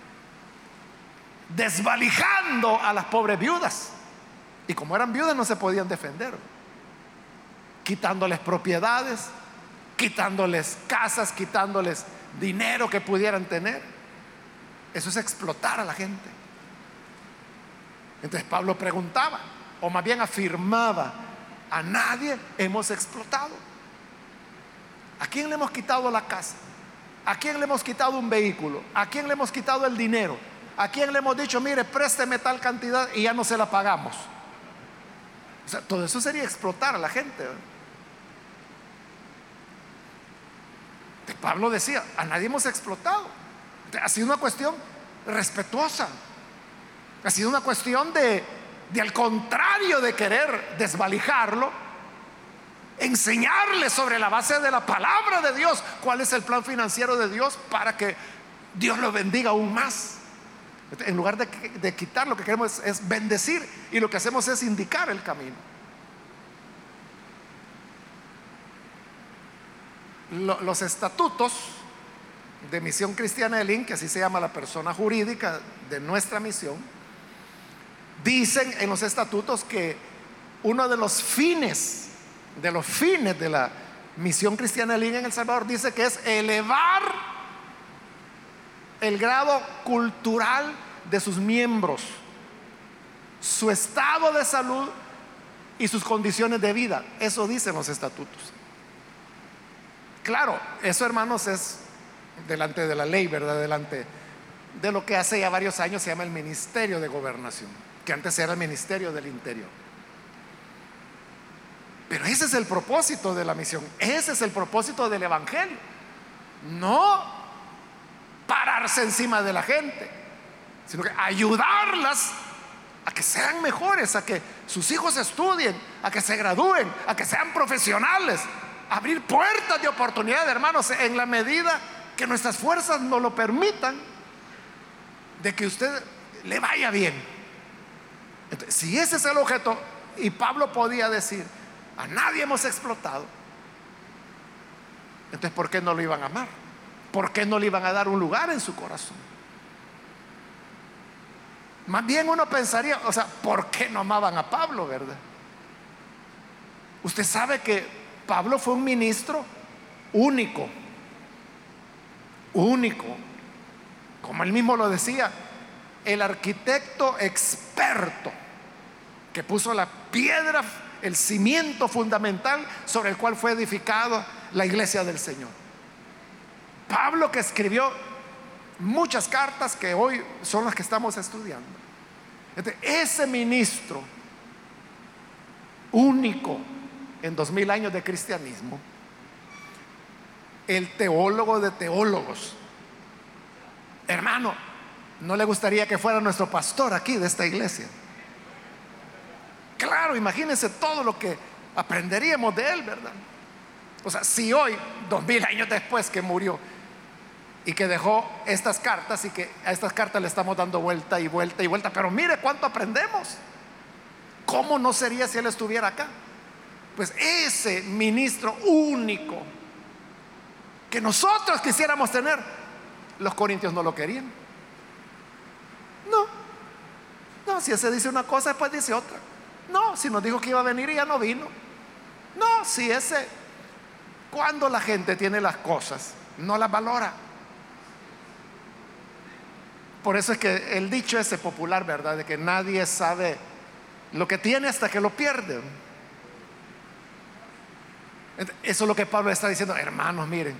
desvalijando a las pobres viudas, y como eran viudas no se podían defender, quitándoles propiedades, quitándoles casas, quitándoles dinero que pudieran tener. Eso es explotar a la gente. Entonces Pablo preguntaba, o más bien afirmaba: a nadie hemos explotado. ¿A quién le hemos quitado la casa? ¿A quién le hemos quitado un vehículo? ¿A quién le hemos quitado el dinero? ¿A quién le hemos dicho: mire, présteme tal cantidad y ya no se la pagamos? O sea, todo eso sería explotar a la gente, ¿verdad? Pablo decía, a nadie hemos explotado. Ha sido una cuestión respetuosa. Ha sido una cuestión de, de al contrario de querer desvalijarlo, enseñarle sobre la base de la palabra de Dios cuál es el plan financiero de Dios para que Dios lo bendiga aún más. En lugar de, de quitar, lo que queremos es, es bendecir, y lo que hacemos es indicar el camino. Lo, los estatutos de Misión Cristiana Elim, que así se llama la persona jurídica de nuestra misión, dicen en los estatutos que uno de los fines, de los fines de la Misión Cristiana Elim en El Salvador, dice que es elevar el grado cultural de sus miembros, su estado de salud y sus condiciones de vida. Eso dicen los estatutos. Claro, eso, hermanos, es delante de la ley, ¿verdad? Delante de lo que hace ya varios años se llama el Ministerio de Gobernación, que antes era el Ministerio del Interior. Pero ese es el propósito de la misión, ese es el propósito del Evangelio. No pararse encima de la gente, sino que ayudarlas a que sean mejores, a que sus hijos estudien, a que se gradúen, a que sean profesionales. Abrir puertas de oportunidad, hermanos, en la medida que nuestras fuerzas nos lo permitan, de que usted le vaya bien. Entonces, si ese es el objeto, y Pablo podía decir, a nadie hemos explotado, entonces ¿por qué no lo iban a amar? ¿Por qué no le iban a dar un lugar en su corazón? Más bien uno pensaría, o sea, ¿por qué no amaban a Pablo, verdad? Usted sabe que Pablo fue un ministro único, único, como él mismo lo decía, el arquitecto experto que puso la piedra, el cimiento fundamental sobre el cual fue edificado la iglesia del Señor. Pablo, que escribió muchas cartas que hoy son las que estamos estudiando. Entonces, ese ministro único en dos mil años de cristianismo, el teólogo de teólogos, hermano, ¿no le gustaría que fuera nuestro pastor aquí de esta iglesia? Claro, imagínense todo lo que aprenderíamos de él, ¿verdad? O sea, si hoy, dos mil años después que murió y que dejó estas cartas, y que a estas cartas le estamos dando vuelta y vuelta y vuelta, pero mire cuánto aprendemos. ¿Cómo no sería si él estuviera acá? Pues ese ministro único que nosotros quisiéramos tener, los corintios no lo querían. No, no, si ese dice una cosa, después dice otra. No, si nos dijo que iba a venir y ya no vino. No, si ese, cuando la gente tiene las cosas, no las valora. Por eso es que el dicho ese popular, ¿verdad? De que nadie sabe lo que tiene hasta que lo pierde. Eso es lo que Pablo está diciendo. Hermanos, miren,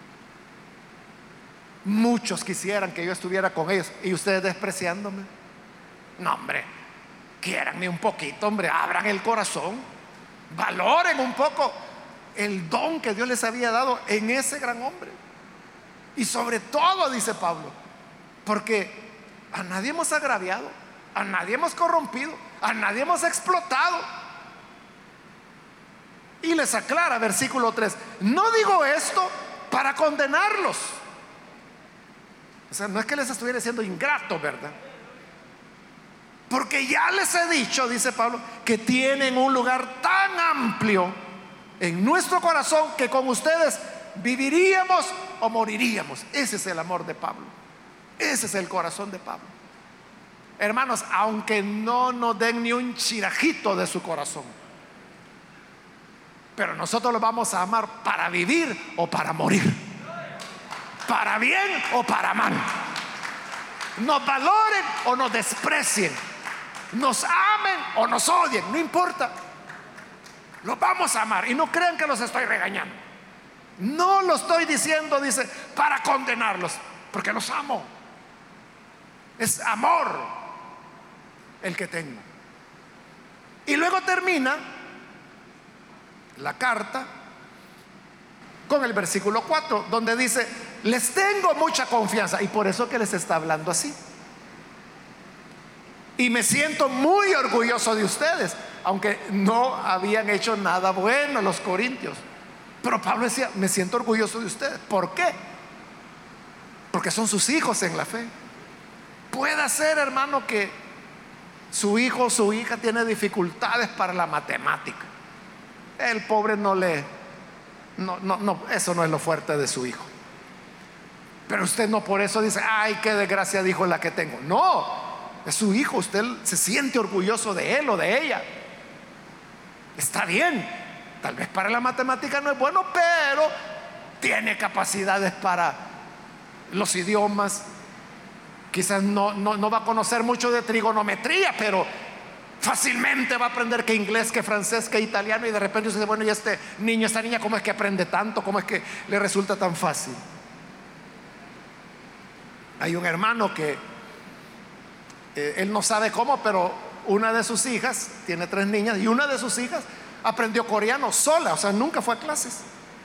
muchos quisieran que yo estuviera con ellos y ustedes despreciándome. No, hombre, quiéranme un poquito, hombre, abran el corazón, valoren un poco el don que Dios les había dado en ese gran hombre. Y sobre todo, dice Pablo, porque a nadie hemos agraviado, a nadie hemos corrompido, a nadie hemos explotado. Y les aclara, versículo tres, no digo esto para condenarlos. O sea, no es que les estuviera siendo ingrato, ¿verdad? Porque ya les he dicho, dice Pablo, que tienen un lugar tan amplio en nuestro corazón que con ustedes viviríamos o moriríamos. Ese es el amor de Pablo, ese es el corazón de Pablo. Hermanos, aunque no nos den ni un chirajito de su corazón, pero nosotros los vamos a amar para vivir o para morir, para bien o para mal, nos valoren o nos desprecien, nos amen o nos odien, no importa, los vamos a amar. Y no crean que los estoy regañando, no lo estoy diciendo, dice, para condenarlos, porque los amo. Es amor el que tengo. Y luego termina la carta con el versículo cuatro, donde dice: les tengo mucha confianza. Y por eso que les está hablando así. Y me siento muy orgulloso de ustedes, aunque no habían hecho nada bueno los corintios. Pero Pablo decía: me siento orgulloso de ustedes. ¿Por qué? Porque son sus hijos en la fe. Puede ser, hermano, que su hijo o su hija tiene dificultades para la matemática. El pobre no le, no, no, no, eso no es lo fuerte de su hijo. Pero usted no por eso dice: ay, qué desgracia dijo la que tengo. No, es su hijo, usted se siente orgulloso de él o de ella. Está bien, tal vez para la matemática no es bueno, pero tiene capacidades para los idiomas. Quizás no, no, no va a conocer mucho de trigonometría, pero fácilmente va a aprender que inglés, que francés, que italiano. Y de repente usted dice: bueno, y este niño, esta niña, ¿cómo es que aprende tanto? ¿Cómo es que le resulta tan fácil? Hay un hermano que eh, él no sabe cómo, pero una de sus hijas, tiene tres niñas, y una de sus hijas aprendió coreano sola, o sea, nunca fue a clases.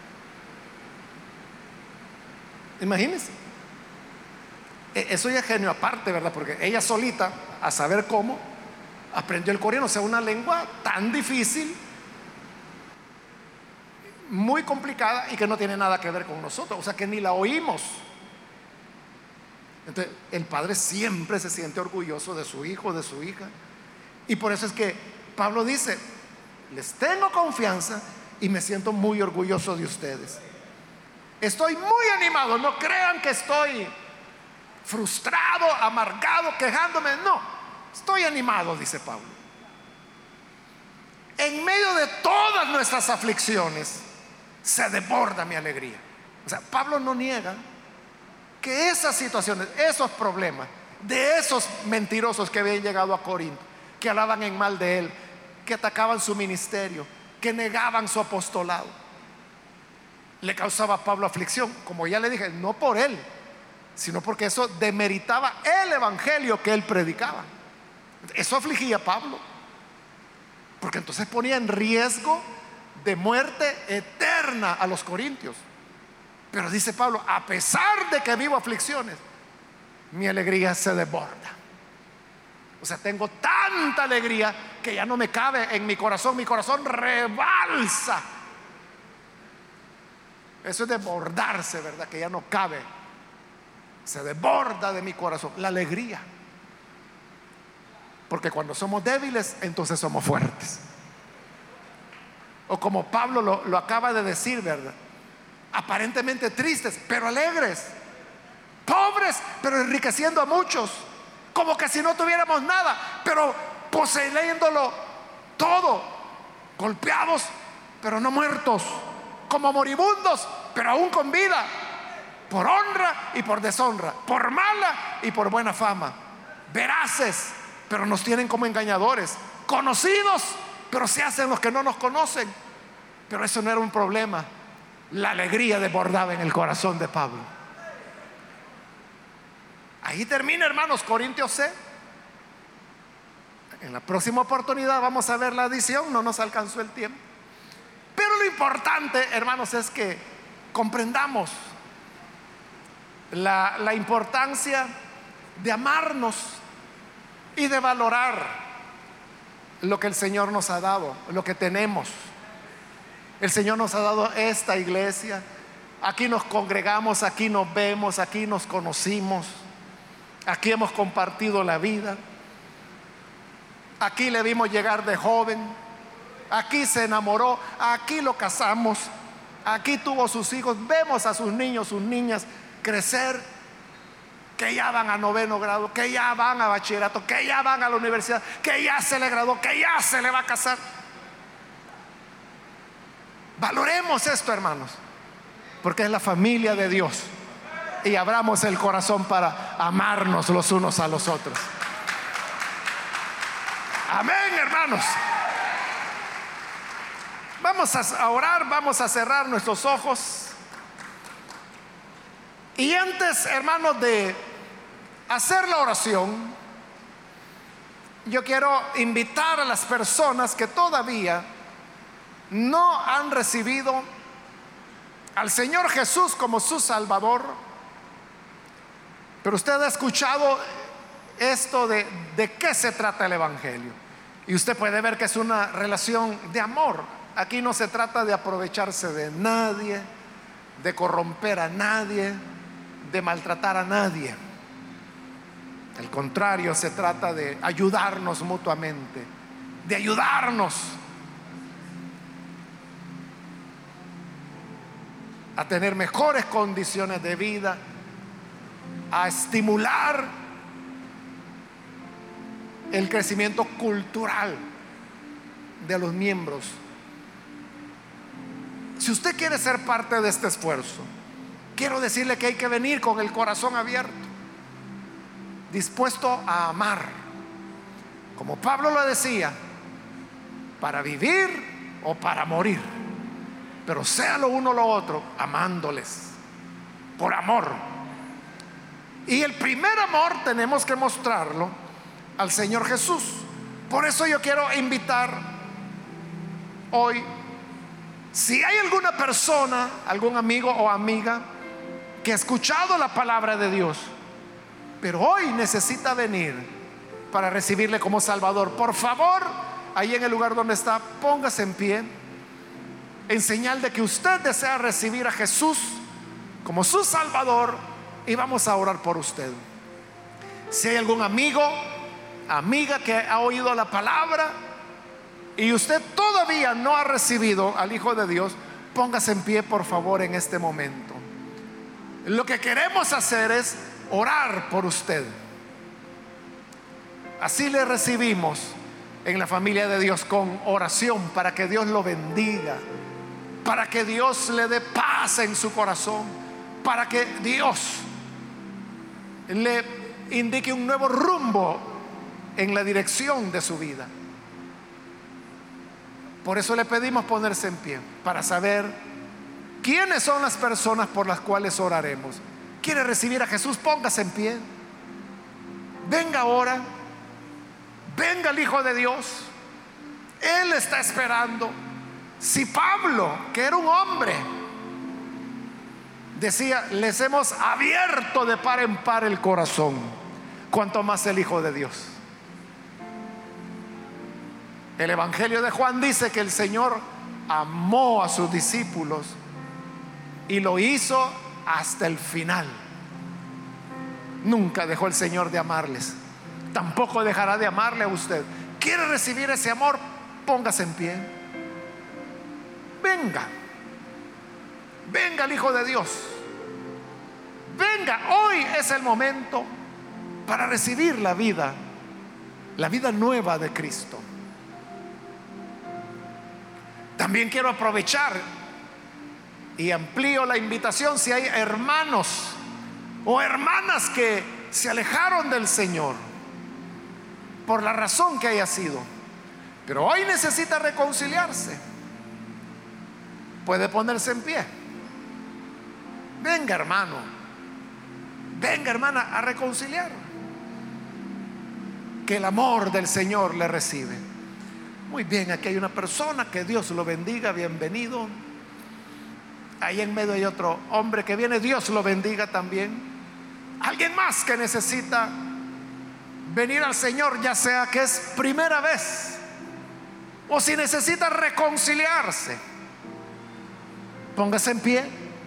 Imagínense. Eso ya es genio aparte, ¿verdad? Porque ella solita, a saber cómo, aprendió el coreano. O sea, una lengua tan difícil, muy complicada, y que no tiene nada que ver con nosotros, o sea, que ni la oímos. Entonces el padre siempre se siente orgulloso de su hijo, de su hija. Y por eso es que Pablo dice: les tengo confianza y me siento muy orgulloso de ustedes. Estoy muy animado. No crean que estoy frustrado, amargado, quejándome. No, estoy animado, dice Pablo. En medio de todas nuestras aflicciones se desborda mi alegría. O sea, Pablo no niega que esas situaciones, esos problemas de esos mentirosos que habían llegado a Corinto, que hablaban en mal de él, que atacaban su ministerio, que negaban su apostolado, le causaba a Pablo aflicción. Como ya le dije, no por él, sino porque eso demeritaba el evangelio que él predicaba. Eso afligía a Pablo, porque entonces ponía en riesgo de muerte eterna a los corintios. Pero dice Pablo: a pesar de que vivo aflicciones, mi alegría se desborda. O sea, tengo tanta alegría que ya no me cabe en mi corazón. Mi corazón rebalsa. Eso es desbordarse, ¿verdad? Que ya no cabe. Se desborda de mi corazón la alegría. Porque cuando somos débiles, entonces somos fuertes. O como Pablo lo, lo acaba de decir, ¿verdad? Aparentemente tristes, pero alegres. Pobres, pero enriqueciendo a muchos. Como que si no tuviéramos nada, pero poseyéndolo todo. Golpeados, pero no muertos. Como moribundos, pero aún con vida. Por honra y por deshonra. Por mala y por buena fama. Veraces, pero nos tienen como engañadores. Conocidos, pero se hacen los que no nos conocen. Pero eso no era un problema. La alegría desbordaba en el corazón de Pablo. Ahí termina, hermanos, Corintios C. En la próxima oportunidad vamos a ver la adición, no nos alcanzó el tiempo. Pero lo importante, hermanos, es que comprendamos la, la importancia de amarnos y de valorar lo que el Señor nos ha dado, lo que tenemos. El Señor nos ha dado esta iglesia. Aquí nos congregamos, aquí nos vemos, aquí nos conocimos, aquí hemos compartido la vida, aquí le vimos llegar de joven, aquí se enamoró, aquí lo casamos, aquí tuvo sus hijos. Vemos a sus niños, sus niñas crecer, que ya van a noveno grado, que ya van a bachillerato, que ya van a la universidad, que ya se le graduó, que ya se le va a casar. Valoremos esto, hermanos, porque es la familia de Dios, y abramos el corazón para amarnos los unos a los otros. Amén, hermanos. Vamos a orar, vamos a cerrar nuestros ojos. Y antes, hermanos, de hacer la oración, yo quiero invitar a las personas que todavía no han recibido al Señor Jesús como su Salvador, pero usted ha escuchado esto de, de qué se trata el Evangelio. Y usted puede ver que es una relación de amor. Aquí no se trata de aprovecharse de nadie, de corromper a nadie, de maltratar a nadie. Al contrario, se trata de ayudarnos mutuamente, de ayudarnos a tener mejores condiciones de vida, a estimular el crecimiento cultural de los miembros. Si usted quiere ser parte de este esfuerzo, quiero decirle que hay que venir con el corazón abierto, dispuesto a amar, como Pablo lo decía, para vivir o para morir, pero sea lo uno o lo otro, amándoles, por amor. Y el primer amor tenemos que mostrarlo al Señor Jesús. Por eso yo quiero invitar hoy, si hay alguna persona, algún amigo o amiga que ha escuchado la palabra de Dios, pero hoy necesita venir para recibirle como Salvador, por favor, ahí en el lugar donde está, póngase en pie, en señal de que usted desea recibir a Jesús como su Salvador, y vamos a orar por usted. Si hay algún amigo, amiga que ha oído la palabra y usted todavía no ha recibido al Hijo de Dios, póngase en pie por favor en este momento. Lo que queremos hacer es orar por usted. Así le recibimos en la familia de Dios, con oración para que Dios lo bendiga, para que Dios le dé paz en su corazón, para que Dios le indique un nuevo rumbo en la dirección de su vida. Por eso le pedimos ponerse en pie, para saber quiénes son las personas por las cuales oraremos. ¿Quiere recibir a Jesús? Póngase en pie. Venga ahora. Venga el Hijo de Dios. Él está esperando. Si Pablo, que era un hombre, decía, les hemos abierto de par en par el corazón, cuanto más el Hijo de Dios. El Evangelio de Juan dice que el Señor amó a sus discípulos y lo hizo hasta el final. Nunca dejó el Señor de amarles, tampoco dejará de amarle a usted. ¿Quiere recibir ese amor? Póngase en pie. Venga. Venga el Hijo de Dios. Venga, hoy es el momento para recibir la vida, la vida nueva de Cristo. También quiero aprovechar y amplío la invitación si hay hermanos o hermanas que se alejaron del Señor por la razón que haya sido, pero hoy necesita reconciliarse. Puede ponerse en pie. Venga, hermano, venga, hermana, a reconciliar. Que el amor del Señor le recibe. Muy bien, aquí hay una persona, que Dios lo bendiga, bienvenido. Ahí en medio hay otro hombre que viene, Dios lo bendiga también. Alguien más que necesita venir al Señor, ya sea que es primera vez o si necesita reconciliarse, póngase en pie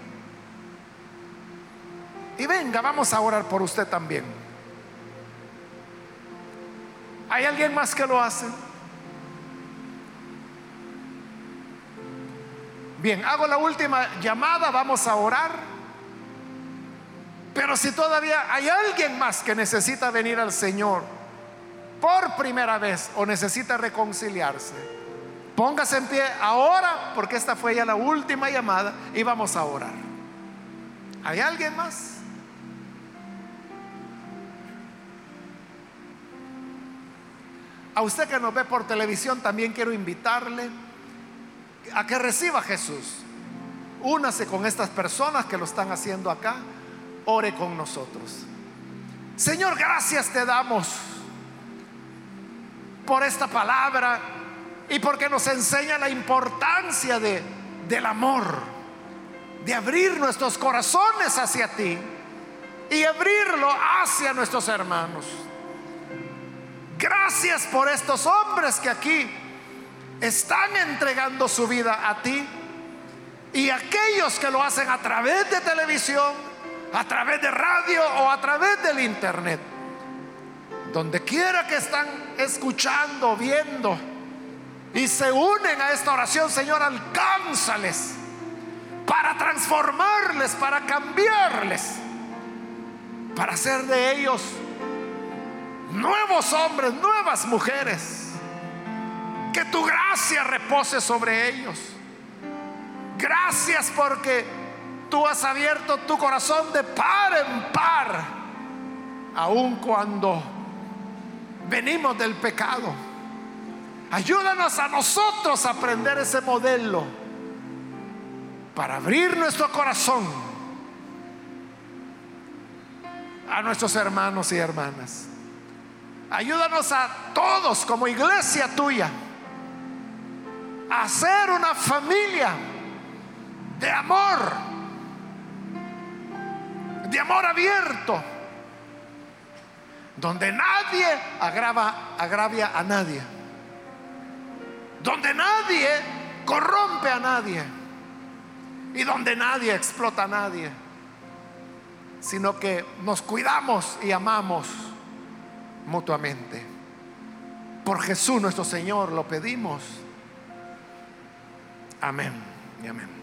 y venga, vamos a orar por usted también. ¿Hay alguien más que lo hace? Bien, hago la última llamada, vamos a orar. Pero si todavía hay alguien más que necesita venir al Señor por primera vez o necesita reconciliarse, póngase en pie ahora, porque esta fue ya la última llamada y vamos a orar. ¿Hay alguien más? A usted que nos ve por televisión, también quiero invitarle a que reciba a Jesús. Únase con estas personas que lo están haciendo acá. Ore con nosotros. Señor, gracias te damos por esta palabra y porque nos enseña la importancia de, del amor, de abrir nuestros corazones hacia ti y abrirlo hacia nuestros hermanos. Gracias por estos hombres que aquí están entregando su vida a ti, y aquellos que lo hacen a través de televisión, a través de radio o a través del internet. Donde quiera que están escuchando, viendo y se unen a esta oración, Señor, alcánzales para transformarles, para cambiarles, para hacer de ellos nuevos hombres, nuevas mujeres. Que tu gracia repose sobre ellos. Gracias porque tú has abierto tu corazón de par en par, aun cuando venimos del pecado. Ayúdanos a nosotros a aprender ese modelo para abrir nuestro corazón a nuestros hermanos y hermanas. Ayúdanos a todos como iglesia tuya a ser una familia de amor, de amor abierto, donde nadie agrava, agravia a nadie, donde nadie corrompe a nadie y donde nadie explota a nadie, sino que nos cuidamos y amamos mutuamente. Por Jesús nuestro Señor lo pedimos. Amén y amén.